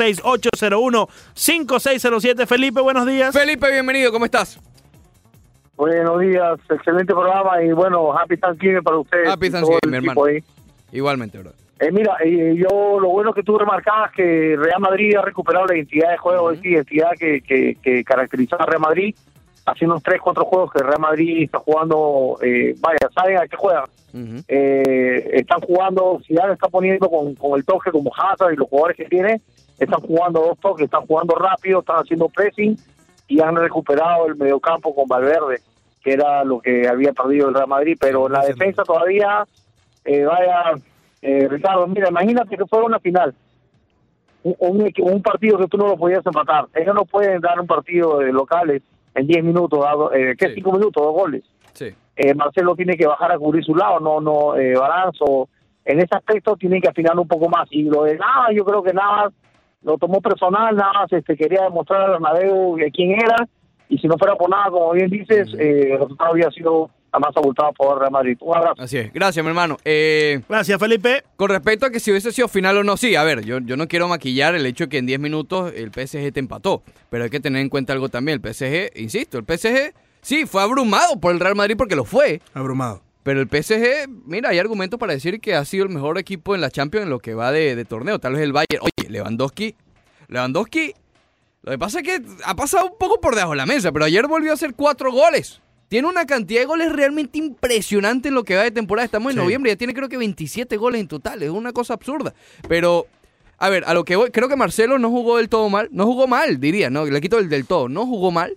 S2: 786-801-5607. Felipe, buenos días.
S1: Felipe, bienvenido, ¿cómo estás?
S5: Buenos días, excelente programa y bueno, Happy Thanksgiving para ustedes.
S1: Happy
S5: y todo
S1: Thanksgiving,
S5: el
S1: mi
S5: equipo
S1: hermano.
S5: ahí.
S1: Igualmente, bro.
S5: Mira, yo lo bueno que tú remarcabas que Real Madrid ha recuperado la identidad de juego, esa identidad que caracterizó a Real Madrid. Hace unos 3-4 juegos que Real Madrid está jugando, ¿saben a qué juegan? Están jugando, Zidane está poniendo con el toque como Hazard y los jugadores que tiene, están jugando 2 toques, están jugando rápido, están haciendo pressing y han recuperado el mediocampo con Valverde, que era lo que había perdido el Real Madrid, pero en la defensa todavía, Ricardo, mira, imagínate que fuera una final, un partido que tú no lo podías empatar. Ellos no pueden dar un partido de locales en 10 minutos, 5 minutos, 2 goles.
S1: Sí.
S5: Marcelo tiene que bajar a cubrir su lado, no Baranzo. En ese aspecto tienen que afinar un poco más. Y lo de Navas, yo creo que Navas lo tomó personal, Navas quería demostrar a Bernabéu quién era, y si no fuera por nada, como bien dices, el resultado había sido a más abultado por Real Madrid. Un abrazo.
S1: Así es. Gracias, mi hermano.
S2: Gracias, Felipe.
S1: Con respecto a que si hubiese sido final o no, sí, a ver, yo no quiero maquillar el hecho de que en 10 minutos el PSG te empató, pero hay que tener en cuenta algo también. El PSG, insisto, el PSG Sí, fue abrumado por el Real Madrid porque lo fue.
S2: Abrumado.
S1: Pero el PSG, mira, hay argumentos para decir que ha sido el mejor equipo en la Champions en lo que va de torneo. Tal vez el Bayern. Oye, Lewandowski, lo que pasa es que ha pasado un poco por debajo de la mesa, pero ayer volvió a hacer 4 goles. Tiene una cantidad de goles realmente impresionante en lo que va de temporada. Estamos en noviembre, ya tiene creo que 27 goles en total. Es una cosa absurda. Pero, a ver, a lo que voy, creo que Marcelo no jugó del todo mal. No jugó mal, diría, no, le quito el del todo. No jugó mal.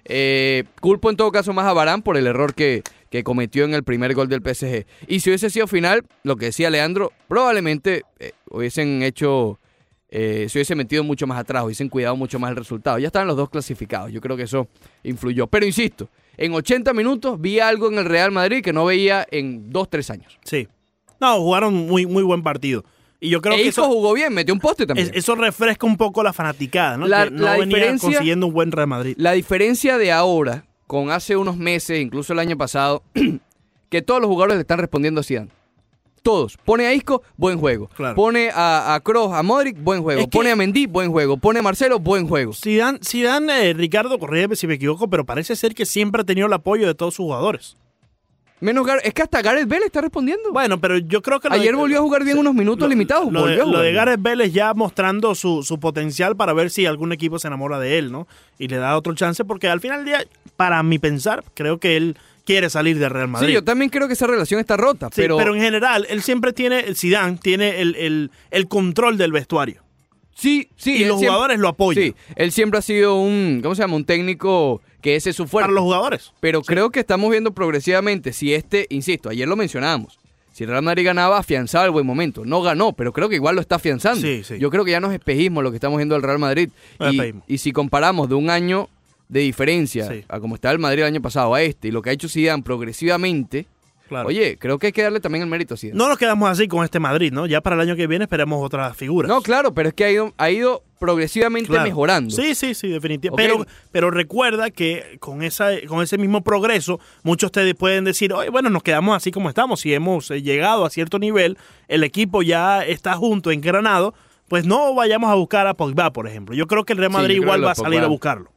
S1: Culpo en todo caso más a Varane por el error que cometió en el primer gol del PSG. Y si hubiese sido final, lo que decía Leandro, probablemente hubiesen hecho, se hubiesen metido mucho más atrás, hubiesen cuidado mucho más el resultado. Ya estaban los dos clasificados, yo creo que eso influyó. Pero insisto, en 80 minutos vi algo en el Real Madrid que no veía en 2-3 años.
S2: Sí. No, jugaron muy, muy buen partido. Y yo creo que
S1: Isco jugó bien, metió un poste también.
S2: Eso refresca un poco la fanaticada, ¿no?
S1: La
S2: que no venía consiguiendo un buen Real Madrid.
S1: La diferencia de ahora con hace unos meses, incluso el año pasado, que todos los jugadores le están respondiendo a Zidane. Todos. Pone a Isco, buen juego.
S2: Claro.
S1: Pone a Kroos, a Modric, buen juego. Pone a Mendy, buen juego. Pone a Marcelo, buen juego.
S2: Zidane, Ricardo, corrígeme si me equivoco, pero parece ser que siempre ha tenido el apoyo de todos sus jugadores.
S1: Menos es que hasta Gareth Bale está respondiendo.
S2: Bueno, pero yo creo que...
S1: Ayer volvió a jugar bien unos minutos limitados.
S2: Lo de Gareth Bale es ya mostrando su potencial para ver si algún equipo se enamora de él, ¿no? Y le da otro chance, porque al final del día, para mi pensar, creo que él quiere salir del Real Madrid.
S1: Sí, yo también creo que esa relación está rota.
S2: Sí, pero en general, él siempre tiene, Zidane tiene el control del vestuario.
S1: Sí.
S2: Y los jugadores lo apoyan.
S1: Sí, él siempre ha sido un técnico que ese es su fuerte.
S2: Para los jugadores.
S1: Pero creo que estamos viendo progresivamente, insisto, ayer lo mencionábamos, si el Real Madrid ganaba, afianzaba el buen momento. No ganó, pero creo que igual lo está afianzando.
S2: Sí.
S1: Yo creo que ya no es espejismo lo que estamos viendo del Real Madrid. Y si comparamos de un año de diferencia a como estaba el Madrid el año pasado a y lo que ha hecho Zidane progresivamente... Claro. Oye, creo que hay que darle también el mérito a Zidane.
S2: No nos quedamos así con este Madrid, ¿no? Ya para el año que viene esperemos otras figuras.
S1: No, claro, pero es que ha ido progresivamente mejorando.
S2: Sí, definitivamente. Okay. Pero recuerda que con ese mismo progreso, muchos te pueden decir, oye, bueno, nos quedamos así como estamos. Si hemos llegado a cierto nivel, el equipo ya está junto, engranado, pues no vayamos a buscar a Pogba, por ejemplo. Yo creo que el Real Madrid igual va a salir a buscarlo.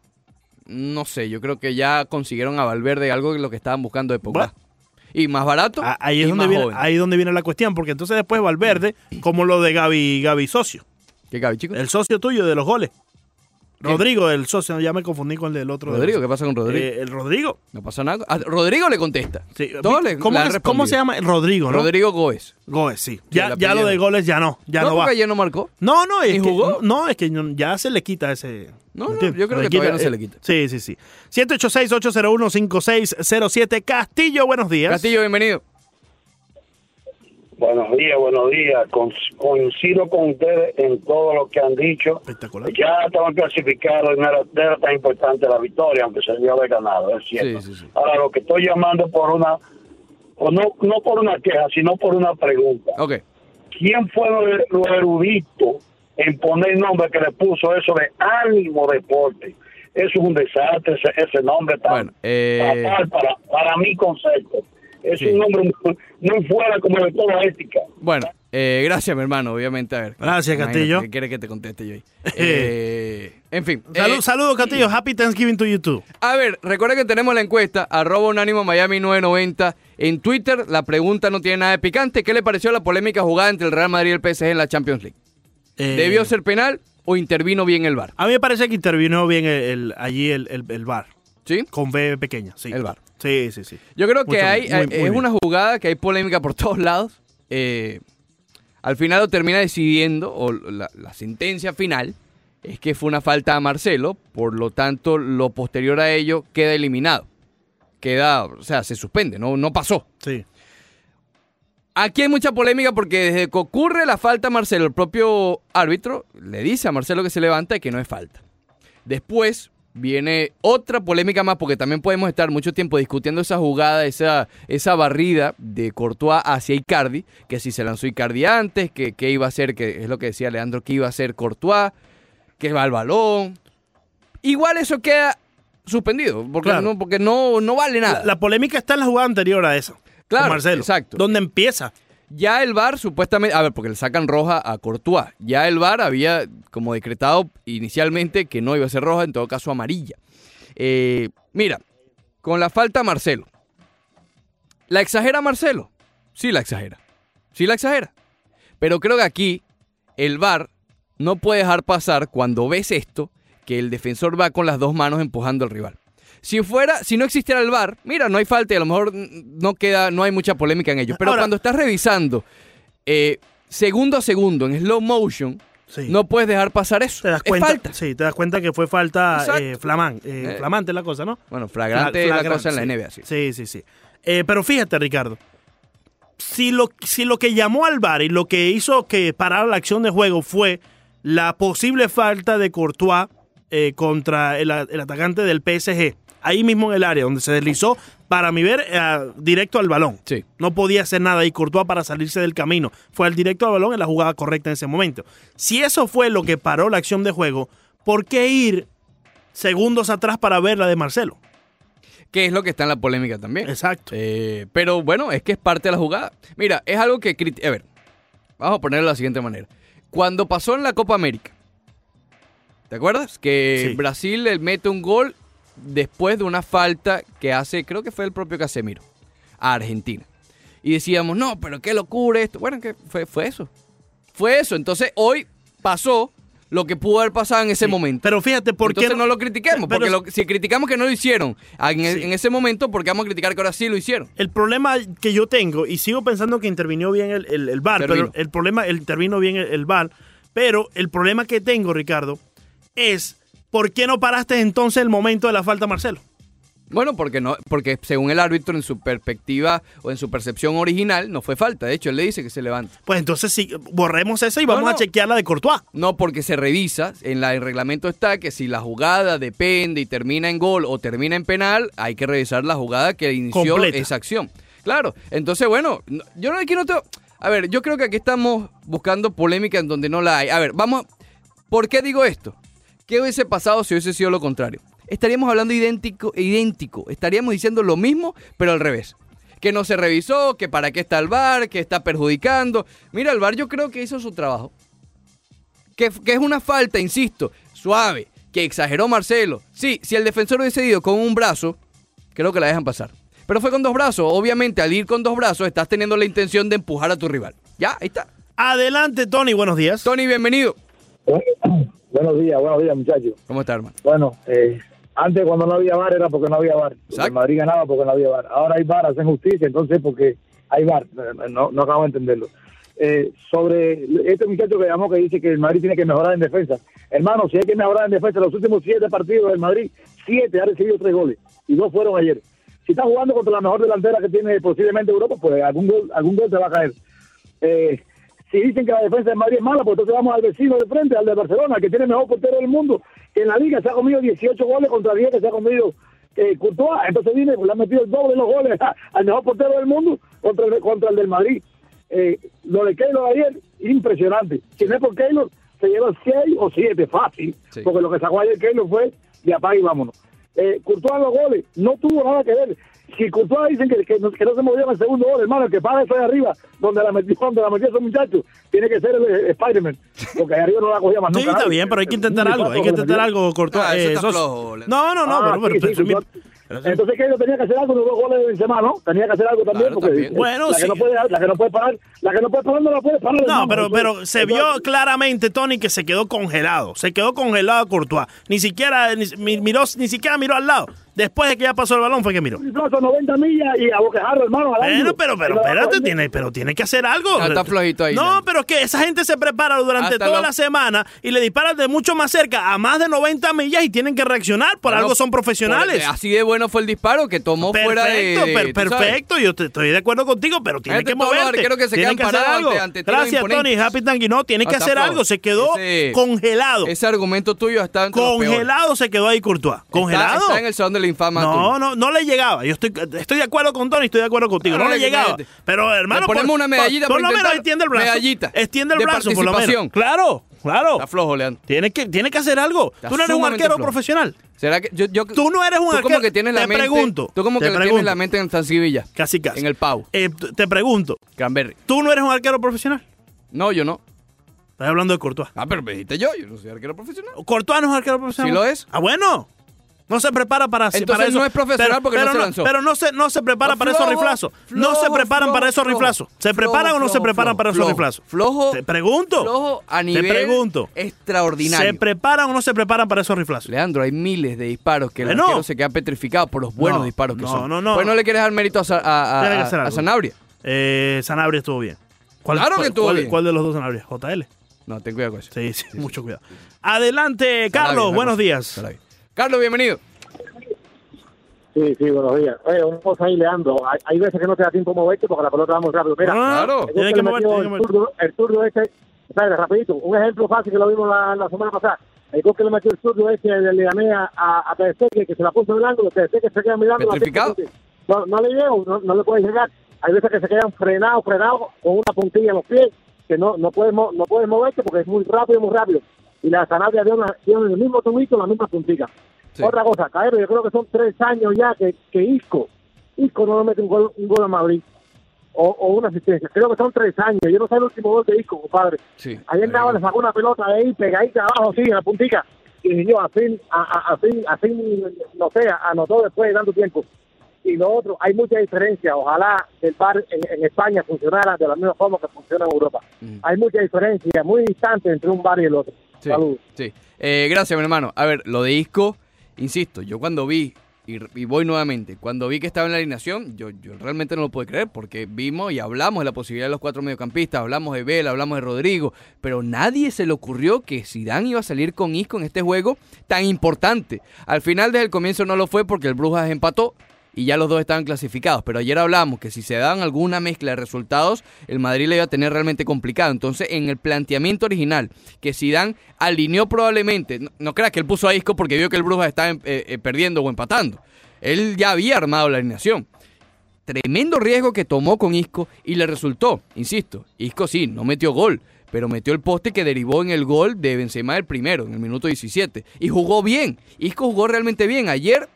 S1: No sé, yo creo que ya consiguieron a Valverde algo de lo que estaban buscando de Pogba. Bueno. Y más barato.
S2: Ahí es donde viene la cuestión, porque entonces después Valverde, como lo de Gaby socio.
S1: ¿Qué Gaby, chico?
S2: El socio tuyo de los goles. Rodrigo, el socio, ya me confundí con el del otro.
S1: ¿Rodrigo? ¿Qué pasa con Rodrigo?
S2: El Rodrigo.
S1: No pasa nada. Rodrigo le contesta.
S2: Sí. ¿Cómo se llama? Rodrigo, ¿no?
S1: Rodrigo Góez.
S2: Góez, sí. Ya lo de goles ya no. Ya no va.
S1: Porque ayer no marcó.
S2: No, es que, no, es que ya se le quita ese...
S1: No, yo creo que todavía no se le quita.
S2: Sí. 786-801-5607. Castillo, buenos días.
S1: Castillo, bienvenido.
S6: Buenos días. Coincido con ustedes en todo lo que han dicho.
S2: Espectacular.
S6: Ya estaban clasificados y no era tan importante la victoria, aunque se debió haber ganado, es cierto.
S1: Sí.
S6: Ahora, lo que estoy llamando no por una queja, sino por una pregunta.
S1: Okay.
S6: ¿Quién fue lo erudito en poner el nombre que le puso eso de Ánimo Deporte? Eso es un desastre, ese nombre tan para mi concepto. Es un nombre muy fuera como de toda ética.
S1: Bueno, gracias, mi hermano, obviamente. A ver.
S2: Gracias, Castillo.
S1: ¿Qué quieres que te conteste yo ahí? En fin.
S2: Saludos, Castillo. Happy Thanksgiving to you too.
S1: A ver, recuerda que tenemos la encuesta, @UnánimoMiami990. En Twitter, la pregunta no tiene nada de picante. ¿Qué le pareció la polémica jugada entre el Real Madrid y el PSG en la Champions League? ¿Debió ser penal o intervino bien el VAR?
S2: A mí me parece que intervino bien allí el VAR.
S1: ¿Sí?
S2: Con B pequeña, sí.
S1: El VAR.
S2: Sí.
S1: Yo creo que es una jugada que hay polémica por todos lados. Al final lo termina decidiendo, o la sentencia final, es que fue una falta a Marcelo, por lo tanto, lo posterior a ello queda eliminado. Se suspende, no pasó.
S2: Sí.
S1: Aquí hay mucha polémica porque desde que ocurre la falta a Marcelo, el propio árbitro le dice a Marcelo que se levanta y que no es falta. Después viene otra polémica más, porque también podemos estar mucho tiempo discutiendo esa jugada, esa barrida de Courtois hacia Icardi, que si se lanzó Icardi antes, que iba a hacer, que es lo que decía Leandro, que iba a hacer Courtois, que va al balón. Igual eso queda suspendido, porque, claro, porque no vale nada.
S2: La polémica está en la jugada anterior a esa.
S1: Claro,
S2: con Marcelo,
S1: exacto.
S2: ¿Dónde empieza?
S1: Ya el VAR supuestamente, porque le sacan roja a Courtois, ya el VAR había como decretado inicialmente que no iba a ser roja, en todo caso amarilla. Mira, con la falta a Marcelo. ¿La exagera Marcelo? Sí la exagera. Sí la exagera. Pero creo que aquí el VAR no puede dejar pasar cuando ves esto, que el defensor va con las dos manos empujando al rival. Si no existiera el VAR, mira, no hay falta y a lo mejor no hay mucha polémica en ello. Pero ahora, cuando estás revisando segundo a segundo en slow motion, no puedes dejar pasar eso.
S2: Te das cuenta,
S1: falta.
S2: Sí, te das cuenta que fue falta flamante la cosa, ¿no?
S1: Bueno, flagrante la cosa en la NBA, sí.
S2: Sí. Pero fíjate, Ricardo, si lo que llamó al VAR y lo que hizo que parara la acción de juego fue la posible falta de Courtois contra el atacante del PSG, ahí mismo en el área, donde se deslizó, para mi ver, directo al balón.
S1: Sí.
S2: No podía hacer nada y Courtois para salirse del camino. Fue al directo al balón en la jugada correcta en ese momento. Si eso fue lo que paró la acción de juego, ¿por qué ir segundos atrás para ver la de Marcelo?
S1: Que es lo que está en la polémica también.
S2: Exacto.
S1: Pero bueno, es que es parte de la jugada. Mira, es algo que... A ver, vamos a ponerlo de la siguiente manera. Cuando pasó en la Copa América, ¿te acuerdas? Que
S2: Sí.
S1: Brasil le mete un gol después de una falta que hace, creo que fue el propio Casemiro, a Argentina. Y decíamos, no, pero qué locura esto. Bueno, que fue eso. Fue eso. Entonces, hoy pasó lo que pudo haber pasado en ese momento.
S2: Pero fíjate, ¿por qué
S1: Entonces no lo critiquemos?
S2: Pero
S1: Porque si criticamos que no lo hicieron en ese momento, ¿por qué vamos a criticar que ahora sí lo hicieron?
S2: El problema que yo tengo, y sigo pensando que intervinió bien el VAR, pero intervino bien el VAR, pero el problema que tengo, Ricardo, es ¿por qué no paraste entonces el momento de la falta a Marcelo?
S1: Bueno, porque según el árbitro, en su perspectiva o en su percepción original, no fue falta. De hecho, él le dice que se levanta.
S2: Pues entonces sí, borremos esa y vamos a chequear la de Courtois.
S1: No, porque se revisa, el reglamento está que si la jugada depende y termina en gol o termina en penal, hay que revisar la jugada que inició
S2: completa
S1: esa acción. Claro, entonces bueno, a ver, yo creo que aquí estamos buscando polémica en donde no la hay. A ver, ¿por qué digo esto? ¿Qué hubiese pasado si hubiese sido lo contrario? Estaríamos hablando idéntico. Estaríamos diciendo lo mismo, pero al revés. Que no se revisó, que para qué está el VAR, que está perjudicando. Mira, el VAR yo creo que hizo su trabajo. Que es una falta, insisto, suave, que exageró Marcelo. Sí, si el defensor hubiese ido con un brazo, creo que la dejan pasar. Pero fue con dos brazos. Obviamente, al ir con dos brazos, estás teniendo la intención de empujar a tu rival. Ya, ahí está.
S2: Adelante, Tony, buenos días.
S1: Tony, bienvenido.
S6: Buenos días, muchachos.
S1: ¿Cómo está, hermano?
S6: Bueno, antes cuando no había VAR era porque no había VAR. El Madrid ganaba porque no había VAR. Ahora hay VAR, hacen justicia, entonces porque hay VAR. No acabo de entenderlo. Sobre este muchacho que llamó que dice que el Madrid tiene que mejorar en defensa. Hermano, si hay que mejorar en defensa, los últimos 7 partidos del Madrid, 7 ha recibido 3 goles y 2 fueron ayer. Si está jugando contra la mejor delantera que tiene posiblemente Europa, pues algún gol se va a caer. Si dicen que la defensa del Madrid es mala, pues entonces vamos al vecino de frente, al de Barcelona, que tiene el mejor portero del mundo, que en la liga se ha comido 18 goles contra 10 que se ha comido Courtois. Entonces viene, pues le ha metido el doble de los goles al mejor portero del mundo contra el del Madrid. Lo de Keylor ayer, impresionante. Si no es por Keylor, se lleva 6 o 7, fácil, sí. Porque lo que sacó ayer Keylor fue de apaga y vámonos. Courtois los goles, no tuvo nada que ver. Si Courtois dicen que no se movió en el segundo gol, hermano, el que paga eso de arriba, donde la metió ese muchacho, tiene que ser el Spider-Man, porque ahí arriba no la cogía más nunca.
S2: Sí, está bien, pero hay que intentar algo, Courtois.
S1: Eso está flojo.
S6: Entonces que ellos tenía que hacer algo, los 2 goles de Benzema, ¿no? Tenía que hacer algo también,
S1: claro,
S6: porque
S1: también.
S2: Bueno,
S6: la que no puede parar no la puede parar.
S2: No, pero se vio claramente, Tony, que se quedó congelado Courtois. Ni siquiera miró al lado. Después de que ya pasó el balón fue que miró.
S6: 90 millas y a boquejarro, hermano.
S2: Bueno, pero espérate, tiene que hacer algo.
S1: No, está flojito ahí.
S2: No, pero es que esa gente se prepara durante toda la semana y le disparan de mucho más cerca a más de 90 millas y tienen que reaccionar. Por algo son profesionales.
S1: Así de bueno fue el disparo que tomó fuera de...
S2: Perfecto, yo estoy de acuerdo contigo, pero tiene que moverte.
S1: Tiene que hacer algo.
S2: Gracias, Tony. Happy Tanky. No, tiene que hacer algo. Se quedó congelado.
S1: Ese argumento tuyo está
S2: congelado, se quedó ahí Courtois. Congelado.
S1: Está en el salón de la infama.
S2: No le llegaba. Yo estoy de acuerdo con Tony, estoy de acuerdo contigo. No le llegaba. Pero, hermano,
S1: le ponemos una medallita
S2: por lo menos extiende el brazo.
S1: Medallita.
S2: Extiende el brazo, por lo menos. Claro.
S1: Está flojo, Leandro.
S2: Tiene que hacer algo. Tú no eres un arquero profesional.
S1: ¿Será que
S2: tú no eres un arquero?
S1: Como que tienes la mente, tú como que tienes la mente en San Sevilla.
S2: Casi.
S1: En el Pau.
S2: Te pregunto.
S1: Canberry.
S2: ¿Tú no eres un arquero profesional?
S1: No, yo no.
S2: Estás hablando de Courtois.
S1: Pero me dijiste yo no soy arquero profesional.
S2: ¿Courtois no es arquero profesional?
S1: Sí lo es.
S2: Bueno. No se prepara para
S1: Entonces
S2: para eso.
S1: no es profesional porque no se lanzó.
S2: Pero no se prepara para esos riflazos. No se preparan para esos riflazos. ¿Se preparan o no se preparan para esos riflazos?
S1: Flojo.
S2: Te pregunto.
S1: Flojo a nivel extraordinario.
S2: ¿Se preparan o no se preparan para esos riflazos?
S1: Leandro, hay miles de disparos que el arquero se queda petrificado por los buenos disparos que son.
S2: No.
S1: Pues no le quieres dar mérito a Sanabria.
S2: Sanabria estuvo bien.
S1: Claro que estuvo bien.
S2: ¿Cuál de los dos Sanabria? ¿JL?
S1: No, ten cuidado con eso.
S2: Sí, mucho cuidado. Adelante, Carlos. Buenos días.
S1: Carlos, bienvenido.
S5: Sí, buenos días. Oye, una cosa ahí, Leandro. Hay veces que no te da tiempo moverte porque la pelota va muy rápido. Mira,
S1: claro.
S5: Tiene que moverte. El zurdo ese, ¿sabes? Rapidito, un ejemplo fácil que lo vimos la semana pasada. El gol que le metió el zurdo ese le gané a Terceque, que se la puso en el ángulo. Terceque se queda mirando.
S1: ¿Petrificado?
S5: No le llego, no le puede llegar. Hay veces que se quedan frenados con una puntilla en los pies, que no puedes moverte porque es muy rápido. Y la Sanabria dio en el mismo tubito la misma puntilla. Sí. Otra cosa, Caero, yo creo que son 3 años ya que Isco no le mete un gol a Madrid o una asistencia. Creo que son 3 años. Yo no sé el último gol de Isco, compadre.
S1: Sí.
S5: Ayer Nava le sacó una pelota de ahí pegadita abajo, así, en la puntilla. Y yo así, no sé, anotó después de tanto tiempo. Y lo otro, hay mucha diferencia. Ojalá el VAR en España funcionara de la misma forma que funciona en Europa. Hay mucha diferencia, muy distante entre un VAR y el otro.
S1: Sí,
S5: saludos.
S1: Sí. Gracias, mi hermano. A ver, lo de Isco, insisto, yo cuando vi, y voy nuevamente, cuando vi que estaba en la alineación, yo realmente no lo pude creer, porque vimos y hablamos de la posibilidad de los 4 mediocampistas, hablamos de Vela, hablamos de Rodrigo, pero nadie se le ocurrió que Zidane iba a salir con Isco en este juego tan importante. Al final, desde el comienzo no lo fue porque el Brujas empató, y ya los dos estaban clasificados, pero ayer hablamos que si se daban alguna mezcla de resultados, el Madrid le iba a tener realmente complicado. Entonces, en el planteamiento original, que Zidane alineó probablemente, no creas que él puso a Isco porque vio que el Brujas estaba perdiendo o empatando. Él ya había armado la alineación. Tremendo riesgo que tomó con Isco y le resultó, insisto, Isco sí, no metió gol, pero metió el poste que derivó en el gol de Benzema el primero, en el minuto 17. Y jugó bien, Isco jugó realmente bien. Ayer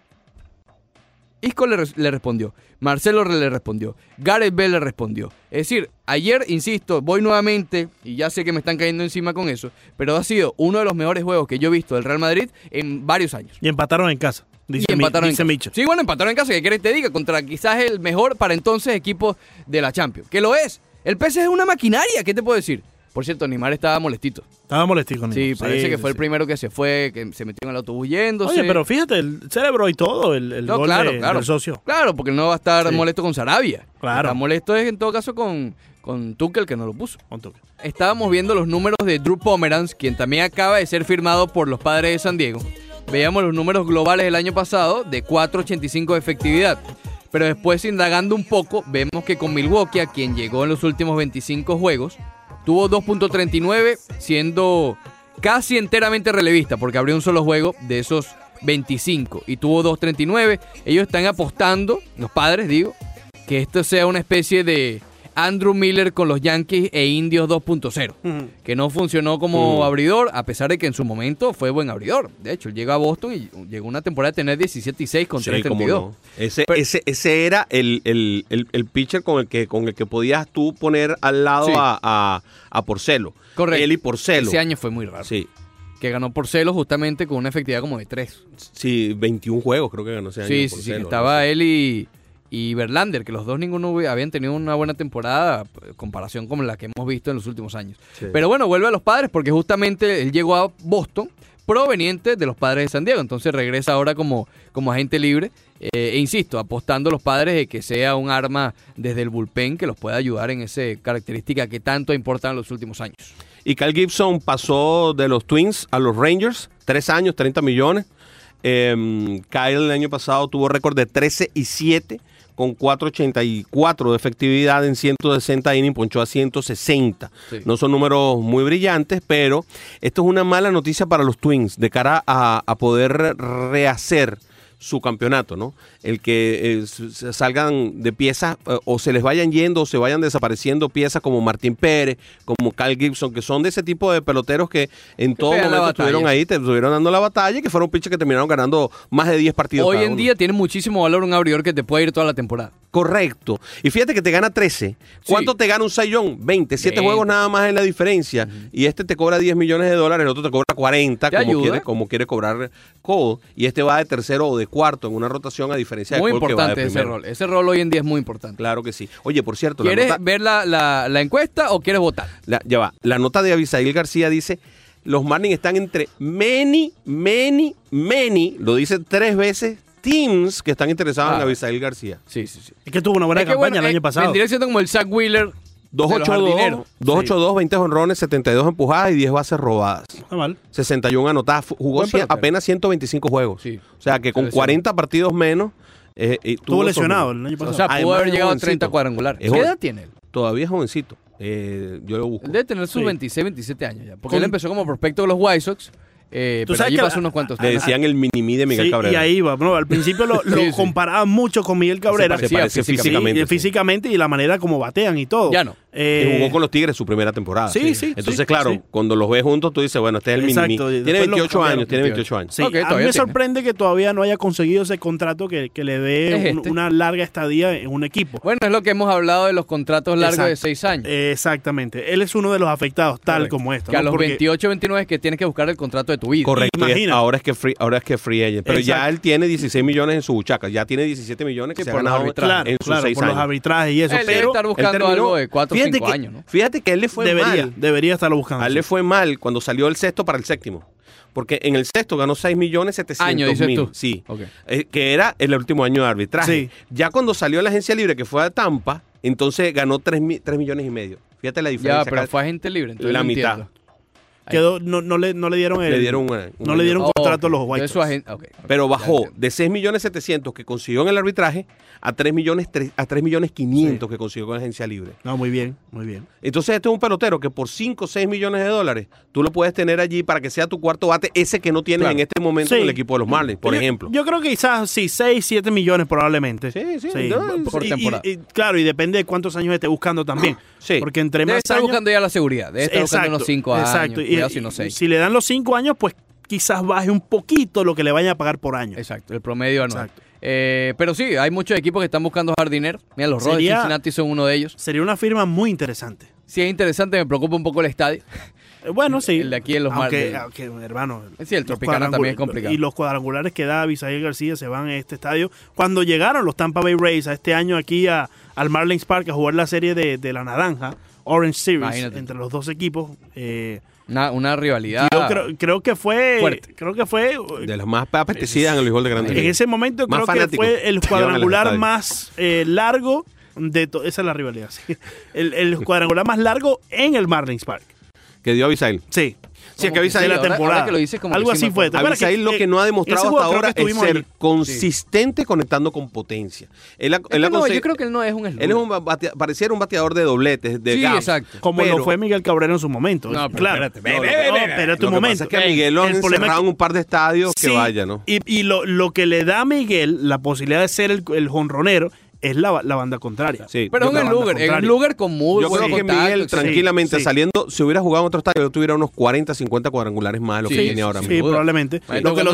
S1: Isco le respondió, Marcelo le respondió, Gareth Bale le respondió. Es decir, ayer, insisto, voy nuevamente, y ya sé que me están cayendo encima con eso, pero ha sido uno de los mejores juegos que yo he visto del Real Madrid en varios años.
S2: Y empataron en casa, dice Micho.
S1: Sí, bueno, empataron en casa, ¿qué querés te diga? Contra quizás el mejor para entonces equipo de la Champions. ¿Qué lo es? El PSG es una maquinaria, ¿qué te puedo decir? Por cierto, Neymar estaba molestito.
S2: Estaba molestito, Neymar.
S1: Sí, parece que fue el primero que se fue, que se metió en el autobús yéndose.
S2: Oye, pero fíjate, el cerebro y todo, el gol del socio.
S1: Claro, porque no va a estar molesto con Sarabia.
S2: Claro.
S1: Está molesto es en todo caso con Tuchel, que no lo puso. Estábamos viendo los números de Drew Pomeranz, quien también acaba de ser firmado por los Padres de San Diego. Veíamos los números globales del año pasado de 4.85 de efectividad. Pero después, indagando un poco, vemos que con Milwaukee, a quien llegó en los últimos 25 juegos, tuvo 2.39, siendo casi enteramente relevista, porque abrió un solo juego de esos 25 y tuvo 2.39. Ellos están apostando, los Padres digo, que esto sea una especie de Andrew Miller con los Yankees e Indios 2.0, que no funcionó como abridor, a pesar de que en su momento fue buen abridor. De hecho, él llegó a Boston y llegó una temporada a tener 17-6 con 3.32.
S7: No. Ese era el pitcher con el que podías tú poner al lado a Porcelo.
S1: Correcto.
S7: Él y Porcelo.
S1: Ese año fue muy raro.
S7: Sí.
S1: Que ganó Porcelo justamente con una efectividad como de 3.
S7: Sí, 21 juegos creo que ganó ese año.
S1: Sí,
S7: Porcelo,
S1: sí, estaba él y Verlander, que los dos ninguno habían tenido una buena temporada en comparación con la que hemos visto en los últimos años. Sí. Pero bueno, vuelve a los Padres porque justamente él llegó a Boston proveniente de los Padres de San Diego, entonces regresa ahora como agente libre e insisto, apostando a los Padres de que sea un arma desde el bullpen que los pueda ayudar en esa característica que tanto importa en los últimos años.
S7: Y Kyle Gibson pasó de los Twins a los Rangers, 3 años, 30 millones. Kyle el año pasado tuvo récord de 13-7 con 4.84 de efectividad en 160 innings, ponchó a 160. Sí. No son números muy brillantes, pero esto es una mala noticia para los Twins de cara a poder rehacer su campeonato, ¿no? El que salgan de piezas o se les vayan yendo o se vayan desapareciendo piezas como Martín Pérez, como Kyle Gibson, que son de ese tipo de peloteros que en todo momento estuvieron ahí, te estuvieron dando la batalla y que fueron pitchers que terminaron ganando más de 10 partidos.
S1: Hoy en día tiene muchísimo valor un abridor que te puede ir toda la temporada.
S7: Correcto. Y fíjate que te gana 13. ¿Cuánto te gana un Cy Young? 20. 7 juegos nada más es la diferencia. Y este te cobra $10 millones, el otro te cobra 40, como quiere cobrar Cole. Y este va de tercero o de cuarto en una rotación a diferencia de Cole, que va de primero.
S1: Muy importante ese rol. Ese rol hoy en día es muy importante.
S7: Claro que sí. Oye, por cierto,
S1: ¿quieres ver la encuesta o quieres votar?
S7: Ya va. La nota de Abisail García dice: los Marlins están entre many, lo dice 3 veces, teams que están interesados en Abisail García.
S1: Sí.
S2: Es que tuvo una buena campaña el año pasado.
S1: Vendría siendo como el Zach Wheeler
S7: 282, 20 jonrones, 72 empujadas y 10 bases robadas.
S2: Está mal.
S7: 61 anotadas. Jugó apenas 125 juegos. Sí. O sea que con 40 partidos menos.
S2: Estuvo lesionado el año pasado.
S1: O sea, pudo haber llegado a 30 cuadrangulares. ¿Qué edad tiene él?
S7: Todavía es jovencito. Yo lo busco.
S1: Él debe tener sus 26, 27 años ya. Porque él empezó como prospecto de los White Sox. Pero allí pasó unos cuantos.
S7: Le decían el mini-mí de Miguel Cabrera.
S2: Y ahí va. Al principio lo comparaban mucho con Miguel Cabrera.
S7: Se parece
S2: físicamente y la manera como batean y todo.
S1: Ya no.
S7: Jugó con los Tigres su primera temporada.
S2: Sí.
S7: Entonces, claro, cuando los ves juntos, tú dices, bueno, este es el mini-mí. Tiene 28 años.
S2: Sí, a mí me sorprende que todavía no haya conseguido ese contrato que le dé una larga estadía en un equipo.
S1: Bueno, es lo que hemos hablado de los contratos largos de 6 años.
S2: Exactamente. Él es uno de los afectados, tal como esto.
S1: Que a los 28, 29 es que tienes que buscar el contrato de tu vida.
S7: Correcto. Ahora es que free agent. Pero ya él tiene 16 millones en su buchaca. Ya tiene 17 millones que se ha ganado en sus 6 años.
S2: Por los arbitrajes y eso.
S1: Él debe estar buscando algo de 4 o 5 años, ¿no?
S7: Fíjate que él le fue mal.
S2: Debería estarlo buscando.
S7: A él le fue mal cuando salió el sexto para el séptimo. Porque en el sexto ganó 6.700.000. Sí. Okay. Que era el último año de arbitraje. Sí. Ya cuando salió a la agencia libre, que fue a Tampa, entonces ganó 3 millones y medio. Fíjate la diferencia.
S1: Ya, pero fue agente libre. Entonces
S7: la mitad.
S2: No le dieron un contrato a los White Sox.
S7: Pero bajó de 6.700.000 que consiguió en el arbitraje a 3.500.000 que consiguió con la agencia libre.
S2: No, muy bien.
S7: Entonces este es un pelotero que por 5 o 6 millones de dólares tú lo puedes tener allí para que sea tu cuarto bate, ese que no tienes en este momento en el equipo de los Marlins, por ejemplo.
S2: Yo creo que quizás 6, 7 millones probablemente.
S7: Sí.
S2: Por temporada. Claro, y depende de cuántos años esté buscando también.
S7: Sí.
S2: Porque entre más
S1: debe estar buscando ya la seguridad. Debe estar buscando unos 5 años.
S2: Exacto. Si le dan los 5 años, pues quizás baje un poquito lo que le vayan a pagar por año.
S1: Exacto, el promedio anual. Pero sí, hay muchos equipos que están buscando jardineros. Mira, los Rojos de Cincinnati son uno de ellos.
S2: Sería una firma muy interesante.
S1: Sí, es interesante, me preocupa un poco el estadio.
S2: Bueno, sí.
S1: El de aquí en los Marlins.
S2: Aunque, hermano.
S1: Sí, el Tropicana también es complicado.
S2: Y los cuadrangulares que da Abisail García se van a este estadio. Cuando llegaron los Tampa Bay Rays a este año aquí al Marlins Park a jugar la serie de la naranja, Orange Series, entre los dos equipos.
S1: Una rivalidad.
S2: Yo creo que fue
S1: fuerte.
S2: Creo que fue
S7: de las más apetecidas en el béisbol de Grandes Ligas.
S2: En ese momento creo que fue el cuadrangular más largo de esa es la rivalidad. Sí. El cuadrangular más largo en el Marlins Park.
S7: Que dio Abisail.
S2: Sí.
S7: Sí, es que Abisail
S2: la temporada.
S1: Que lo dices como
S2: algo así fue.
S7: Abisail lo que no ha demostrado hasta ahora es ser consistente conectando con potencia.
S1: Yo creo que él no es un slugger.
S7: Él es pareciera un bateador de dobletes, de gaps.
S1: Exacto.
S2: Como lo fue Miguel Cabrera en su momento.
S1: No,
S2: claro.
S1: Espérate.
S2: Tu momento.
S7: Es que a Miguel lo han encerrado en un par de estadios que vaya, ¿no?
S2: Y lo que le da a Miguel la posibilidad de ser el jonronero es la banda contraria.
S1: Sí, pero es un slugger con muy
S7: yo creo que Miguel tranquilamente saliendo, si hubiera jugado en otro estadio, tuviera unos 40, 50 cuadrangulares más de lo que tiene ahora mismo.
S2: Sí, probablemente. Lo que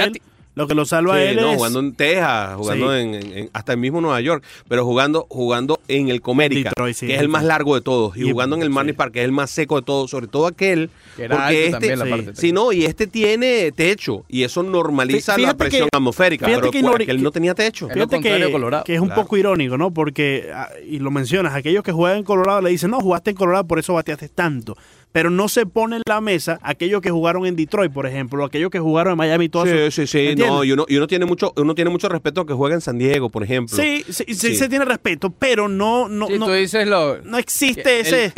S2: lo salva a él es...
S7: jugando en Texas, jugando en hasta el mismo Nueva York, pero jugando en el Comerica, Detroit, que es el más largo de todos, y jugando en el Marlins Park, que es el más seco de todos, sobre todo aquel, porque este tiene techo, y eso normaliza la presión atmosférica, pero aquel no tenía techo.
S2: Fíjate que es un poco irónico, ¿no? Porque, y lo mencionas, aquellos que juegan en Colorado le dicen, no, jugaste en Colorado, por eso bateaste tanto. Pero no se pone en la mesa aquellos que jugaron en Detroit, por ejemplo, aquellos que jugaron en Miami.
S7: Sí. No, y uno tiene mucho respeto a que juega en San Diego, por ejemplo.
S2: Sí, se tiene respeto, pero no
S1: tú dices
S2: no existe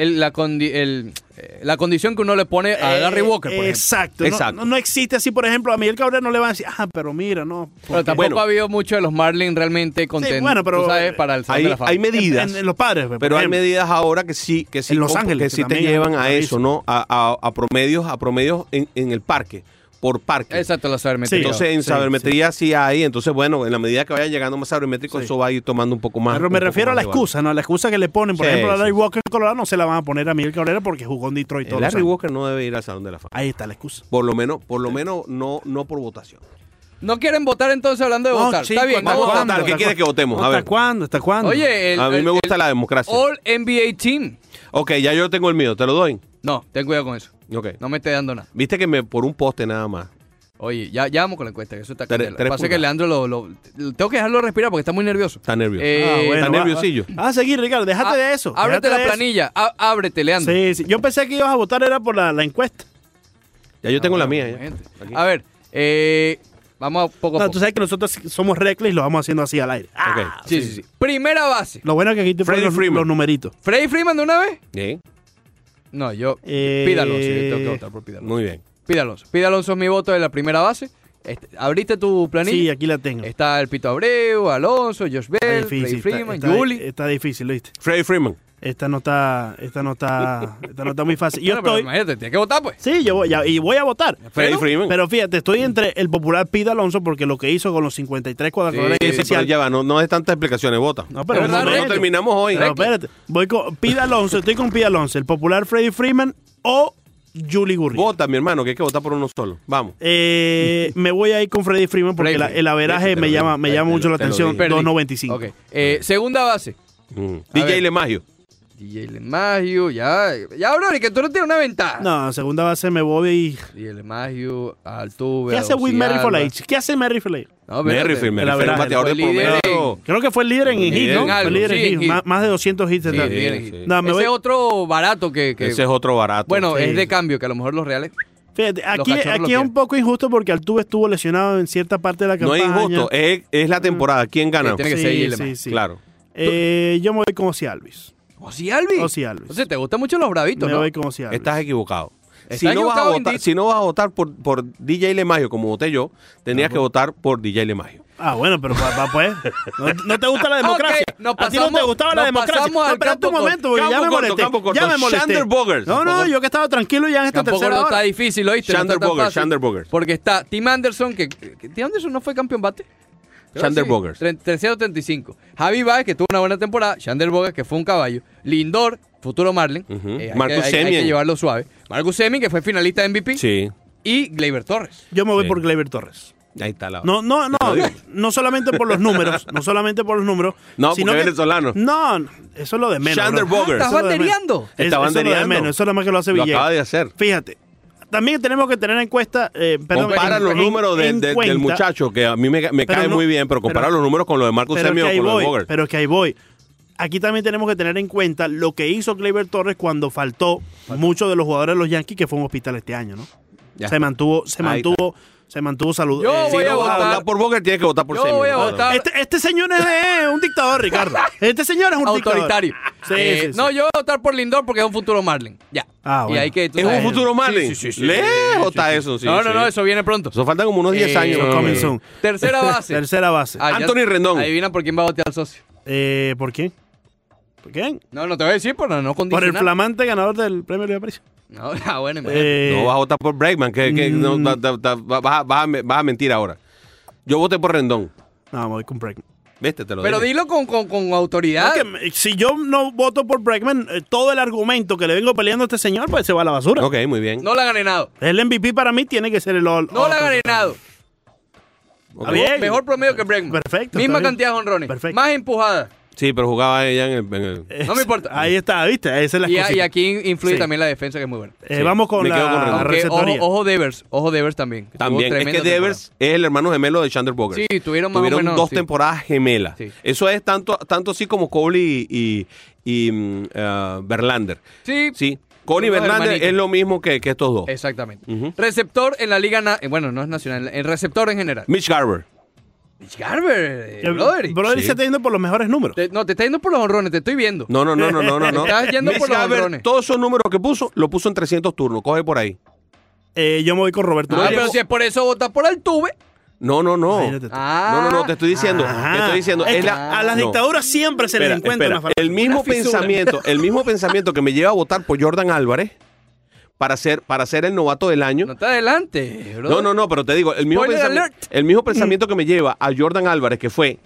S1: la condición que uno le pone a Gary Walker, por
S2: exacto. No existe así, por ejemplo, a Miguel Cabrera no le van a decir, pero mira, no.
S1: Pero tampoco ha habido mucho de los Marlins realmente contentos,
S2: pero
S1: tú sabes, para el Salón de la Fama.
S7: Hay medidas.
S2: En los Padres,
S7: pero hay medidas ahora que sí
S2: en Los Ángeles,
S7: que sí te llevan a eso, ¿no? A promedios en el parque. por parque.
S1: Exacto, la sabermetría.
S7: Entonces, en sabermetría sí hay. Entonces, bueno, en la medida que vayan llegando más sabermétricos, eso va a ir tomando un poco más.
S2: Pero me refiero a la excusa, ¿no? La excusa que le ponen. Por ejemplo, a Larry Walker en Colorado no se la van a poner a Miguel Cabrera porque jugó en Detroit todo.
S7: Larry Walker no debe ir al Salón de la Fama.
S2: Ahí está la excusa.
S7: Por lo menos no por votación.
S1: ¿No quieren votar entonces hablando de votar?
S2: Chico,
S1: Está bien,
S7: Vamos a votar. ¿Qué quieres que votemos? A ver.
S2: ¿Hasta cuándo?
S1: Oye,
S7: a mí me gusta la democracia.
S1: All NBA Team.
S7: Ok, ya yo tengo el mío. ¿Te lo doy?
S1: No, ten cuidado con eso.
S7: Ok.
S1: No me esté dando nada.
S7: Viste que por un poste nada más.
S1: Oye, ya vamos con la encuesta, que eso está
S7: Tres
S1: candela. Lo que pasa es que Leandro tengo que dejarlo respirar porque está muy nervioso.
S7: Está nervioso.
S2: Está
S7: nerviosillo.
S2: A seguir, Ricardo, déjate de eso.
S1: Ábrete la planilla, ábrete, Leandro.
S2: Sí. Yo pensé que ibas a votar era por la encuesta.
S7: Ya yo tengo la mía. Ya.
S1: A ver, vamos a poco a poco.
S2: Tú sabes que nosotros somos reckless y lo vamos haciendo así al aire.
S7: Ok.
S1: Sí. Primera base.
S2: Lo bueno es que aquí te ponen los numeritos.
S1: ¿Freddy Freeman de una vez?
S7: Bien.
S1: No, Pete Alonso. Yo tengo que votar por Pete Alonso.
S7: Muy bien.
S1: Pete Alonso es mi voto de la primera base. ¿Abriste tu planilla?
S2: Sí, aquí la tengo.
S1: Está el Pito Abreu, Alonso, Josh Bell, Freddy Freeman, Juli.
S2: Está difícil, ¿viste?
S7: Freddy Freeman.
S2: Esta no está muy fácil. Yo
S1: pero imagínate, tienes que votar, pues.
S2: Sí, voy a votar.
S7: Freddy Freeman.
S2: Pero fíjate, estoy entre el popular Pete Alonso porque lo que hizo con los 53 cuadrangulares
S7: especial. Ya va, no es tantas explicaciones, vota.
S2: No, pero
S1: no
S7: terminamos hoy.
S2: Pero espérate, voy con Pete Alonso, estoy con Pete Alonso, el popular Freddy Freeman o Juli Gurriel.
S7: Vota, mi hermano, que hay que votar por uno solo. Vamos.
S2: Me voy a ir con Freddy Freeman porque el averaje me llama mucho la atención. 2.95.
S1: Okay. Segunda base.
S7: DJ LeMahieu.
S1: DJ LeMahieu, ya, Brody, que tú no tienes una ventaja.
S2: No, segunda base me voy.
S1: DJ LeMahieu, Altuve.
S2: ¿Qué hace Whit Merrifield? ¿Qué hace Merrifield?
S1: No,
S7: Merrifield, un bateador de promedio.
S2: Creo que fue el líder en hit, ¿no? Fue el líder en hit. Más de 200 hits.
S1: Ese es otro barato que...
S7: Ese es otro barato.
S1: Bueno, es de cambio, que a lo mejor los reales...
S2: Fíjate, aquí es un poco injusto porque Altuve estuvo lesionado en cierta parte de la campaña.
S7: No es injusto, es la temporada. ¿Quién gana?
S1: Tiene que ser LeMahieu.
S2: Sí.
S7: Claro.
S2: Yo me voy con Ozzie Alvis.
S1: ¿Ozzie Alvis?
S2: Entonces,
S1: ¿te gustan mucho los bravitos,
S2: me voy con Ozzie Alvis.
S7: Estás equivocado.
S1: Si no
S7: vas a votar por DJ LeMahieu como voté yo, tenías que votar por DJ LeMahieu.
S2: Bueno, pero pues, ¿no te gusta la democracia? ¿A ti no te gustaba la democracia? Espérate un momento, porque ya me molesté.
S7: Shander Bogers.
S2: No, yo que estaba tranquilo ya en esta tercera hora.
S1: Está difícil, ¿oíste?
S7: Shander Bogers.
S1: Porque está Tim Anderson, que Tim Anderson no fue campeón bate.
S7: Shander Bogers.
S1: 335. Javi Baez, que tuvo una buena temporada. Shander Bogers, que fue un caballo. Lindor, futuro Marlin.
S7: Marcus Semien.
S1: Hay que llevarlo suave. Marcus Semien, que fue finalista de MVP.
S7: Sí.
S1: Y Gleyber Torres.
S2: Yo me voy por Gleyber Torres.
S7: Ahí está la...
S2: No solamente por los números. No,
S7: porque es venezolano.
S2: No, eso es lo de menos.
S7: Shander Bogers.
S1: ¿Estás bandereando?
S7: Está bandereando.
S2: Eso es lo más que lo hace Villegas.
S7: Lo acaba de hacer.
S2: Fíjate. También tenemos que tener en cuenta...
S7: compara los números del muchacho, que a mí me cae muy bien, pero compara los números con los de Marcus Semien o con los de Bogers.
S2: Pero es que ahí voy. Aquí también tenemos que tener en cuenta lo que hizo Gleyber Torres cuando faltó muchos de los jugadores de los Yankees, que fue un hospital este año, ¿no? Se mantuvo saludable.
S1: Yo voy a votar
S7: por Bogers, tienes que votar por Semien.
S1: Yo voy a votar...
S2: Este señor es un dictador, Ricardo. Este señor es un
S1: autoritario.
S2: Sí.
S1: No, yo voy a votar por Lindor porque es un futuro Marlin. Ya.
S2: Bueno.
S1: Y hay que,
S7: ¿Es un futuro Marlin?
S1: Sí.
S7: Lejos está eso.
S1: No, eso viene pronto.
S7: Eso faltan como unos 10 años.
S1: Tercera base.
S7: Anthony Rendón.
S1: Adivina por quién va a votar al socio.
S2: ¿Por quién? ¿Por quién?
S1: No te voy a decir, pero no condicionar.
S2: Por el flamante ganador del premio de Aparicio.
S1: No, bueno,
S7: no vas a votar por Bregman, vas a mentir ahora. Yo voté por Rendón.
S2: No, me voy con Bregman.
S7: ¿Viste? Te lo
S1: Pero
S7: dije.
S1: dilo con autoridad.
S2: Si yo no voto por Bregman, todo el argumento que le vengo peleando a este señor, pues se va a la basura.
S7: Ok, muy bien.
S1: No la ha ganado.
S2: El MVP para mí tiene que ser el All.
S1: No la ha ganado.
S7: Okay.
S2: Bien.
S1: Promedio que Bregman.
S2: Perfecto.
S1: Misma cantidad de jonrones.
S2: Perfecto.
S1: Más empujada.
S7: Sí, pero jugaba ella en el...
S1: No me importa.
S2: Ahí está, ¿viste? Esa es la
S1: y aquí influye también la defensa, que es muy buena.
S2: Vamos con la receptoría.
S1: Ojo Devers también.
S7: También, es que Devers es el hermano gemelo de Shander Bogers.
S1: Sí, tuvieron más o menos,
S7: dos temporadas gemelas. Sí. Eso es tanto así como Cole y Verlander. Sí. Cole y Verlander es lo mismo que estos dos.
S1: Exactamente. Receptor en la liga, bueno, no es nacional, el receptor en general.
S7: Mitch Garver.
S2: Brother se está yendo por los mejores números.
S1: Te está yendo por los honrones, te estoy viendo.
S7: No.
S1: Te estás yendo por los honrones.
S7: Todos esos números que puso, lo puso en 300 turnos. Coge por ahí.
S2: Yo me voy con Roberto.
S1: Pero si es por eso vota por Altuve.
S7: No. Te estoy diciendo.
S2: A las dictaduras siempre se les encuentra una
S7: el mismo pensamiento que me lleva a votar por Jordan Álvarez, para ser el novato del año.
S1: No te adelante, bro.
S7: No, pero te digo, el mismo pensamiento que me lleva a Jordan Álvarez, que fue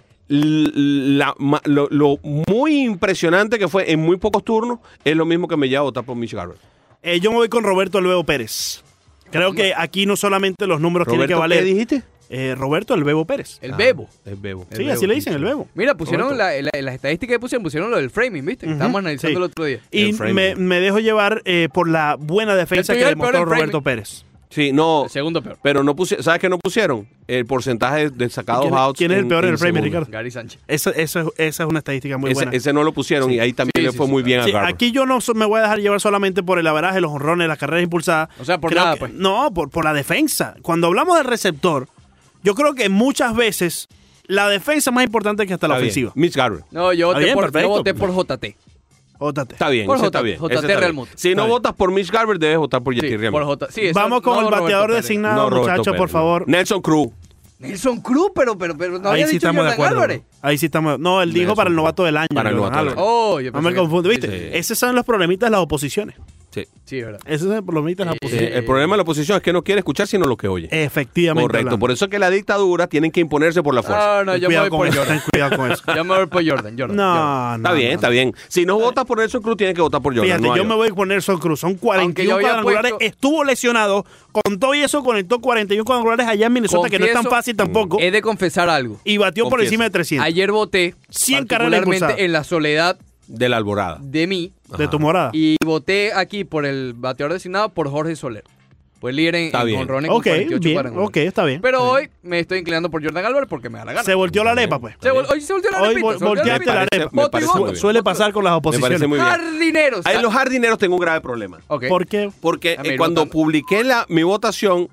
S7: lo muy impresionante que fue en muy pocos turnos, es lo mismo que me lleva a votar por Mitch Garver.
S2: Yo me voy con Roberto El Bebo Pérez. Creo que aquí no solamente los números tienen que valer.
S7: ¿Qué dijiste?
S2: Roberto El Bebo Pérez.
S1: El Bebo.
S7: El Bebo.
S2: Sí, así le dicen, el Bebo.
S1: Mira, pusieron las estadísticas que pusieron lo del framing, ¿viste? Estábamos analizando el otro día.
S2: Y me dejo llevar por la buena defensa que demostró Roberto Pérez.
S7: Sí, no.
S1: El segundo peor.
S7: Pero no pusieron, ¿sabes qué no pusieron? El porcentaje de sacados outs.
S2: ¿Quién es el peor en el framing, Ricardo?
S1: Gary Sánchez.
S2: Esa es una estadística muy buena.
S7: Ese no lo pusieron y ahí también le fue muy bien a Garver.
S2: Aquí yo no me voy a dejar llevar solamente por el averaje, los honrones, las carreras impulsadas.
S1: O sea, por nada, pues.
S2: No, por la defensa. Cuando hablamos del receptor, yo creo que muchas veces la defensa es más importante que hasta la ofensiva.
S7: Mitch Garver.
S1: No, yo voté por JT.
S2: Está
S7: bien,
S1: por
S7: está bien.
S1: JT Real Muto.
S7: Si no votas por Mitch Garver, debes votar por Yeti Realmuto.
S2: Vamos con el bateador designado, muchachos, por favor.
S7: Nelson Cruz.
S1: Nelson Cruz, pero no había dicho Jordan Álvarez.
S2: Ahí sí estamos. No, él dijo para el novato del año.
S7: Para el novato del año.
S1: Oh, yo
S2: no me confundo, ¿viste?
S7: Sí.
S2: Esos son los problemitas de las oposiciones.
S7: Sí,
S1: verdad.
S2: Esos son los problemitas de las oposiciones.
S7: El problema de la oposición es que no quiere escuchar sino lo que oye.
S2: Efectivamente.
S7: Correcto.
S2: Hablando.
S7: Por eso es que la dictadura tienen que imponerse por la fuerza.
S1: No, yo me voy por Jordan.
S2: Cuidado con eso.
S1: Yo me voy por Jordan.
S2: No.
S7: Está bien. Si no votas por Nelson Cruz, tienes que votar por Jordan.
S2: Fíjate, yo me voy con Nelson Cruz. Son 41 cuadrangulares. Estuvo lesionado. Con todo y eso conectó 41 cuadrangulares allá en Minnesota, que no es tan fácil tampoco.
S1: He de confesar algo.
S2: Y batió por encima de 300.
S1: Ayer voté
S2: 100 carreras impulsadas.
S1: en la soledad
S7: de la Alborada.
S1: De mí.
S2: De tu morada.
S1: Y voté aquí por el bateador designado por Jorge Soler. Pues líder en jonrones con 48 cuadrangulares.
S2: Ok, está bien.
S1: Pero hoy me estoy inclinando por Jordan Álvarez porque me da la gana.
S2: Se volteó la arepa, pues.
S1: Hoy se volteó la arepa.
S2: Hoy volteaste la arepa. Suele pasar con las oposiciones.
S7: Me parece muy bien.
S1: Jardineros.
S7: Ahí los jardineros tengo un grave problema.
S1: Okay.
S2: ¿Por qué?
S7: Porque cuando publiqué mi votación,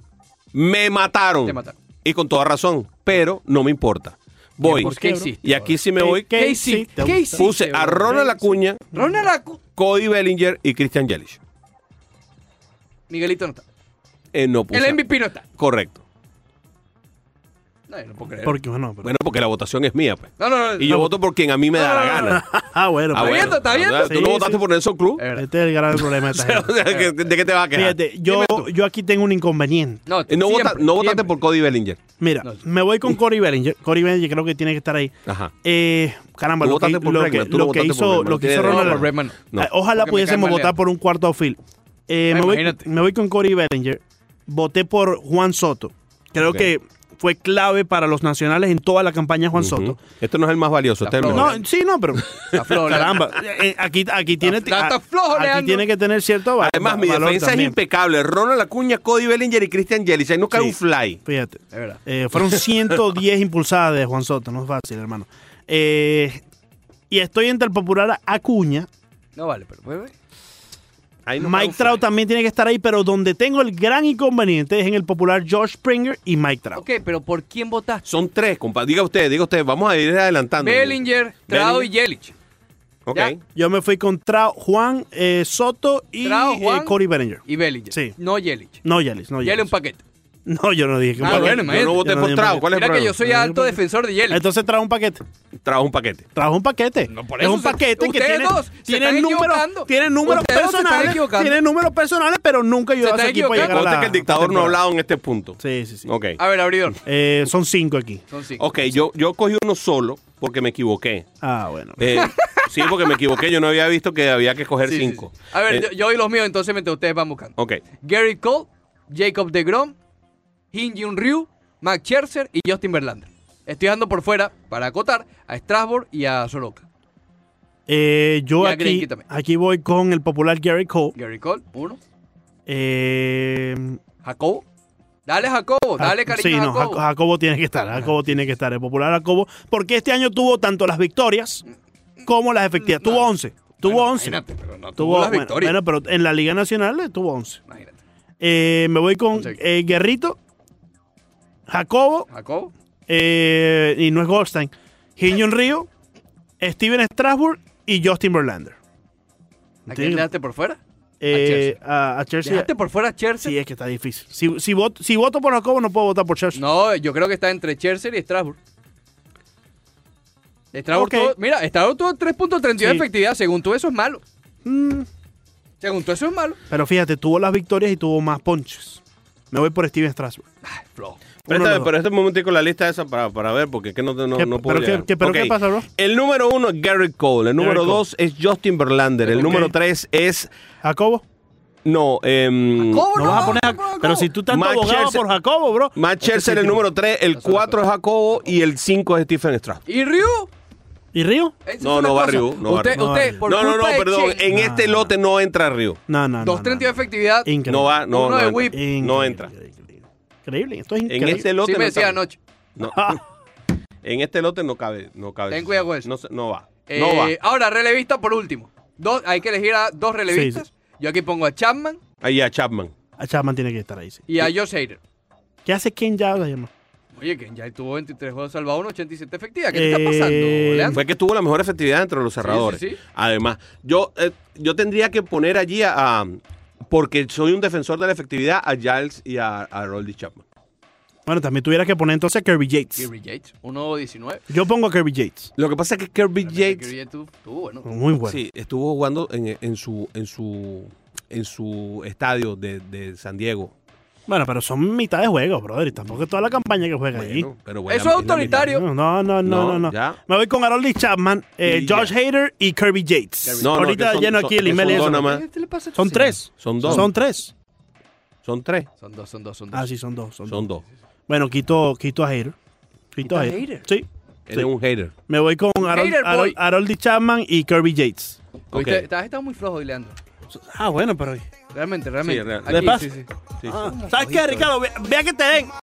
S7: me mataron.
S1: Te mataron.
S7: Y con toda razón. Pero no me importa. Voy.
S1: ¿Por qué hiciste?
S7: Y aquí sí me voy.
S1: ¿Qué hiciste?
S7: Puse a Ronald Acuña, Cody Bellinger y Christian Yelich.
S1: Miguelito no está.
S7: No puse.
S1: El MVP no está.
S7: Correcto.
S1: No, yo no puedo creer.
S7: Bueno, porque la votación es mía, pues.
S1: No.
S7: Y yo voto por quien a mí me da la gana.
S2: Bueno.
S1: Está bien.
S7: ¿Tú no votaste por Nelson Cruz?
S2: Este es el gran problema de esta gente.
S7: ¿De qué te vas a quejar?
S2: Fíjate, yo aquí tengo un inconveniente.
S7: No votaste por Cody Bellinger.
S2: Mira, me voy con Cody Bellinger. Cody Bellinger creo que tiene que estar ahí.
S7: Ajá.
S2: Caramba, lo que hizo Ronald. Ojalá pudiésemos votar por un cuarto outfield. Me voy con Cody Bellinger. Voté por Juan Soto. Creo que fue clave para los nacionales en toda la campaña de Juan Soto.
S7: Esto no es el más valioso.
S2: Pero caramba, aquí tiene que tener cierto valor.
S7: Además, mi defensa también es impecable. Ronald Acuña, Cody Bellinger y Christian Yelich. Ahí no cae un fly.
S2: Fíjate. Fueron 110 impulsadas de Juan Soto. No es fácil, hermano. Y estoy entre el popular Acuña.
S1: No vale, pero puede.
S2: Mike Trout también tiene que estar ahí, pero donde tengo el gran inconveniente es en el popular George Springer y Mike Trout.
S1: Ok, pero ¿por quién votaste?
S7: Son tres, compadre. Diga usted, vamos a ir adelantando.
S1: Bellinger, Trout y Yelich.
S7: Ok.
S2: ¿Ya? Yo me fui con Trout, Juan, Soto y Cody Bellinger.
S1: Y Bellinger.
S2: Sí.
S1: No Yelich.
S2: No Yelich.
S1: Yelich un paquete.
S2: No, yo no dije que
S1: un paquete.
S7: Yo no voté por Trout. ¿Cuál es el problema?
S1: Mira que yo soy alto defensor de Yelich.
S2: Entonces trajo un paquete.
S7: Trajo un paquete.
S2: No, es un paquete que tiene números personales. Tiene números personales, pero nunca ayudó a ese equipo a llegar a la...
S7: que el dictador no ha hablado en este punto.
S2: Sí.
S7: Okay.
S1: A ver, abridor.
S2: Son 5 aquí.
S7: Ok, yo cogí uno solo porque me equivoqué.
S2: Bueno.
S7: Sí, porque me equivoqué. Yo no había visto que había que coger 5.
S1: A ver, yo y los míos, entonces mientras ustedes van buscando.
S7: Ok.
S1: Gary Cole, Jacob deGrom, Hyun-Jin Ryu, Max Scherzer y Justin Verlander. Estoy dando por fuera, para acotar, a Strasburg y a Soroka.
S2: Yo aquí voy con el popular Gary Cole.
S1: Gary Cole, 1.
S2: Jacobo.
S1: Dale Jacobo, dale cariño a Jacobo.
S2: Jacobo tiene que estar, el popular Jacobo, porque este año tuvo tanto las victorias como las efectivas. Tuvo 11. Tuvo 11.
S1: Imagínate, pero no tuvo las victorias.
S2: Bueno, pero en la Liga Nacional tuvo 11. Imagínate. Me voy con Guerrito, Jacobo. Y no es Goldstein. Hyun-Jin Ryu, Steven Strasburg y Justin Verlander.
S1: ¿A quién le dejaste por fuera?
S2: A Scherzer.
S1: ¿Dejaste por fuera a Scherzer?
S2: Sí, es que está difícil. Si voto por Jacobo, no puedo votar por Scherzer.
S1: No, yo creo que está entre Scherzer y Strasburg. Strasburg tuvo 3.32 de efectividad. Según tú, eso es malo. Según tú, eso es malo.
S2: Pero fíjate, tuvo las victorias y tuvo más ponches. Me voy por Steven Strasburg.
S1: Ay, flojo.
S7: Pero este momentico la lista esa para ver, porque es que no puedo llegar.
S2: ¿Pero qué pasa, bro?
S7: El número 1 es Garrett Cole. El número 2 es Justin Verlander. El número 3 es...
S2: ¿Jacobo?
S7: No,
S1: ¿Cómo
S2: No vas a poner pero si tú tanto
S7: Matt
S2: abogado
S7: Scherzer-
S2: por Jacobo, bro.
S7: Matt Scherzer el número 3, el 4 es Jacobo y el 5 es Stephen Strasburg.
S1: ¿Y Ryu?
S2: ¿Y Río?
S1: Esa es
S7: No,
S1: una
S7: no va
S1: cosa.
S7: Ryu, no va
S1: Usted,
S7: Ryu.
S1: usted, por
S7: No,
S1: culpa de
S7: perdón.
S1: Chen,
S7: En este lote no entra Río.
S2: No.
S1: 2.32 de efectividad.
S2: Increíble.
S7: No va, no
S1: Uno de
S7: entra.
S1: whip.
S7: No entra.
S2: Increíble. Esto es
S7: En
S2: increíble.
S7: este lote
S1: Sí me
S7: no
S1: decía
S7: cabe.
S1: anoche.
S7: No. En este lote no cabe.
S1: Ten cuidado con eso.
S7: No va. No va.
S1: Ahora, relevista por último. Hay que elegir a 2 relevistas.
S2: Sí.
S1: Yo aquí pongo a Chapman
S7: Ahí a Chapman.
S2: A Chapman tiene que estar ahí, sí.
S1: y a Josh Hader.
S2: ¿Qué hace Ken Giles ayer, no?
S1: Oye, que ya tuvo 23 juegos salvados, 87 efectividad. ¿Qué te está pasando, Leandro?
S7: Fue que tuvo la mejor efectividad entre los cerradores.
S1: sí.
S7: Además, yo tendría que poner allí porque soy un defensor de la efectividad, a Giles y a Aroldis Chapman.
S2: Bueno, también tuviera que poner entonces a Kirby Yates.
S1: Kirby Yates, 1.19.
S2: Yo pongo a Kirby Yates.
S7: Lo que pasa es que Kirby Yates
S1: Kirby Yates estuvo bueno.
S2: Muy bueno.
S7: sí, estuvo jugando en su estadio de San Diego.
S2: Bueno, pero son mitad de juego, brother. Y tampoco es toda la campaña que juega allí.
S7: Bueno, pero
S1: Eso es autoritario.
S2: No.
S7: ya.
S2: Me voy con Aroldis Chapman,
S7: Y
S2: Josh
S7: ya.
S2: Hader y Kirby Yates.
S7: No,
S2: Ahorita
S7: que son-
S2: lleno aquí el
S7: son
S2: email y
S7: dos
S2: eso.
S7: nada más.
S1: ¿Qué le pasa a
S2: Son
S1: tu
S2: 3.
S7: Son 2.
S2: Son 3.
S7: Son 3.
S1: Son dos.
S2: Ah, sí, son 2.
S7: Son 2.
S2: Bueno, quito a Hader.
S1: ¿Quito a Hader?
S2: Sí.
S7: Eres un hater.
S2: Me voy con
S1: Hater boy.
S2: Aroldis Chapman y Kirby Yates.
S1: Oíste,
S7: Ok.
S1: Has estado muy flojo, Leandro.
S2: Ah, bueno, pero...
S1: Realmente.
S7: Sí, real.
S1: Aquí,
S2: ¿Le pasa?
S1: sí.
S7: Sí, sí.
S2: ¿Sabes qué, Ricardo? Vea que te den.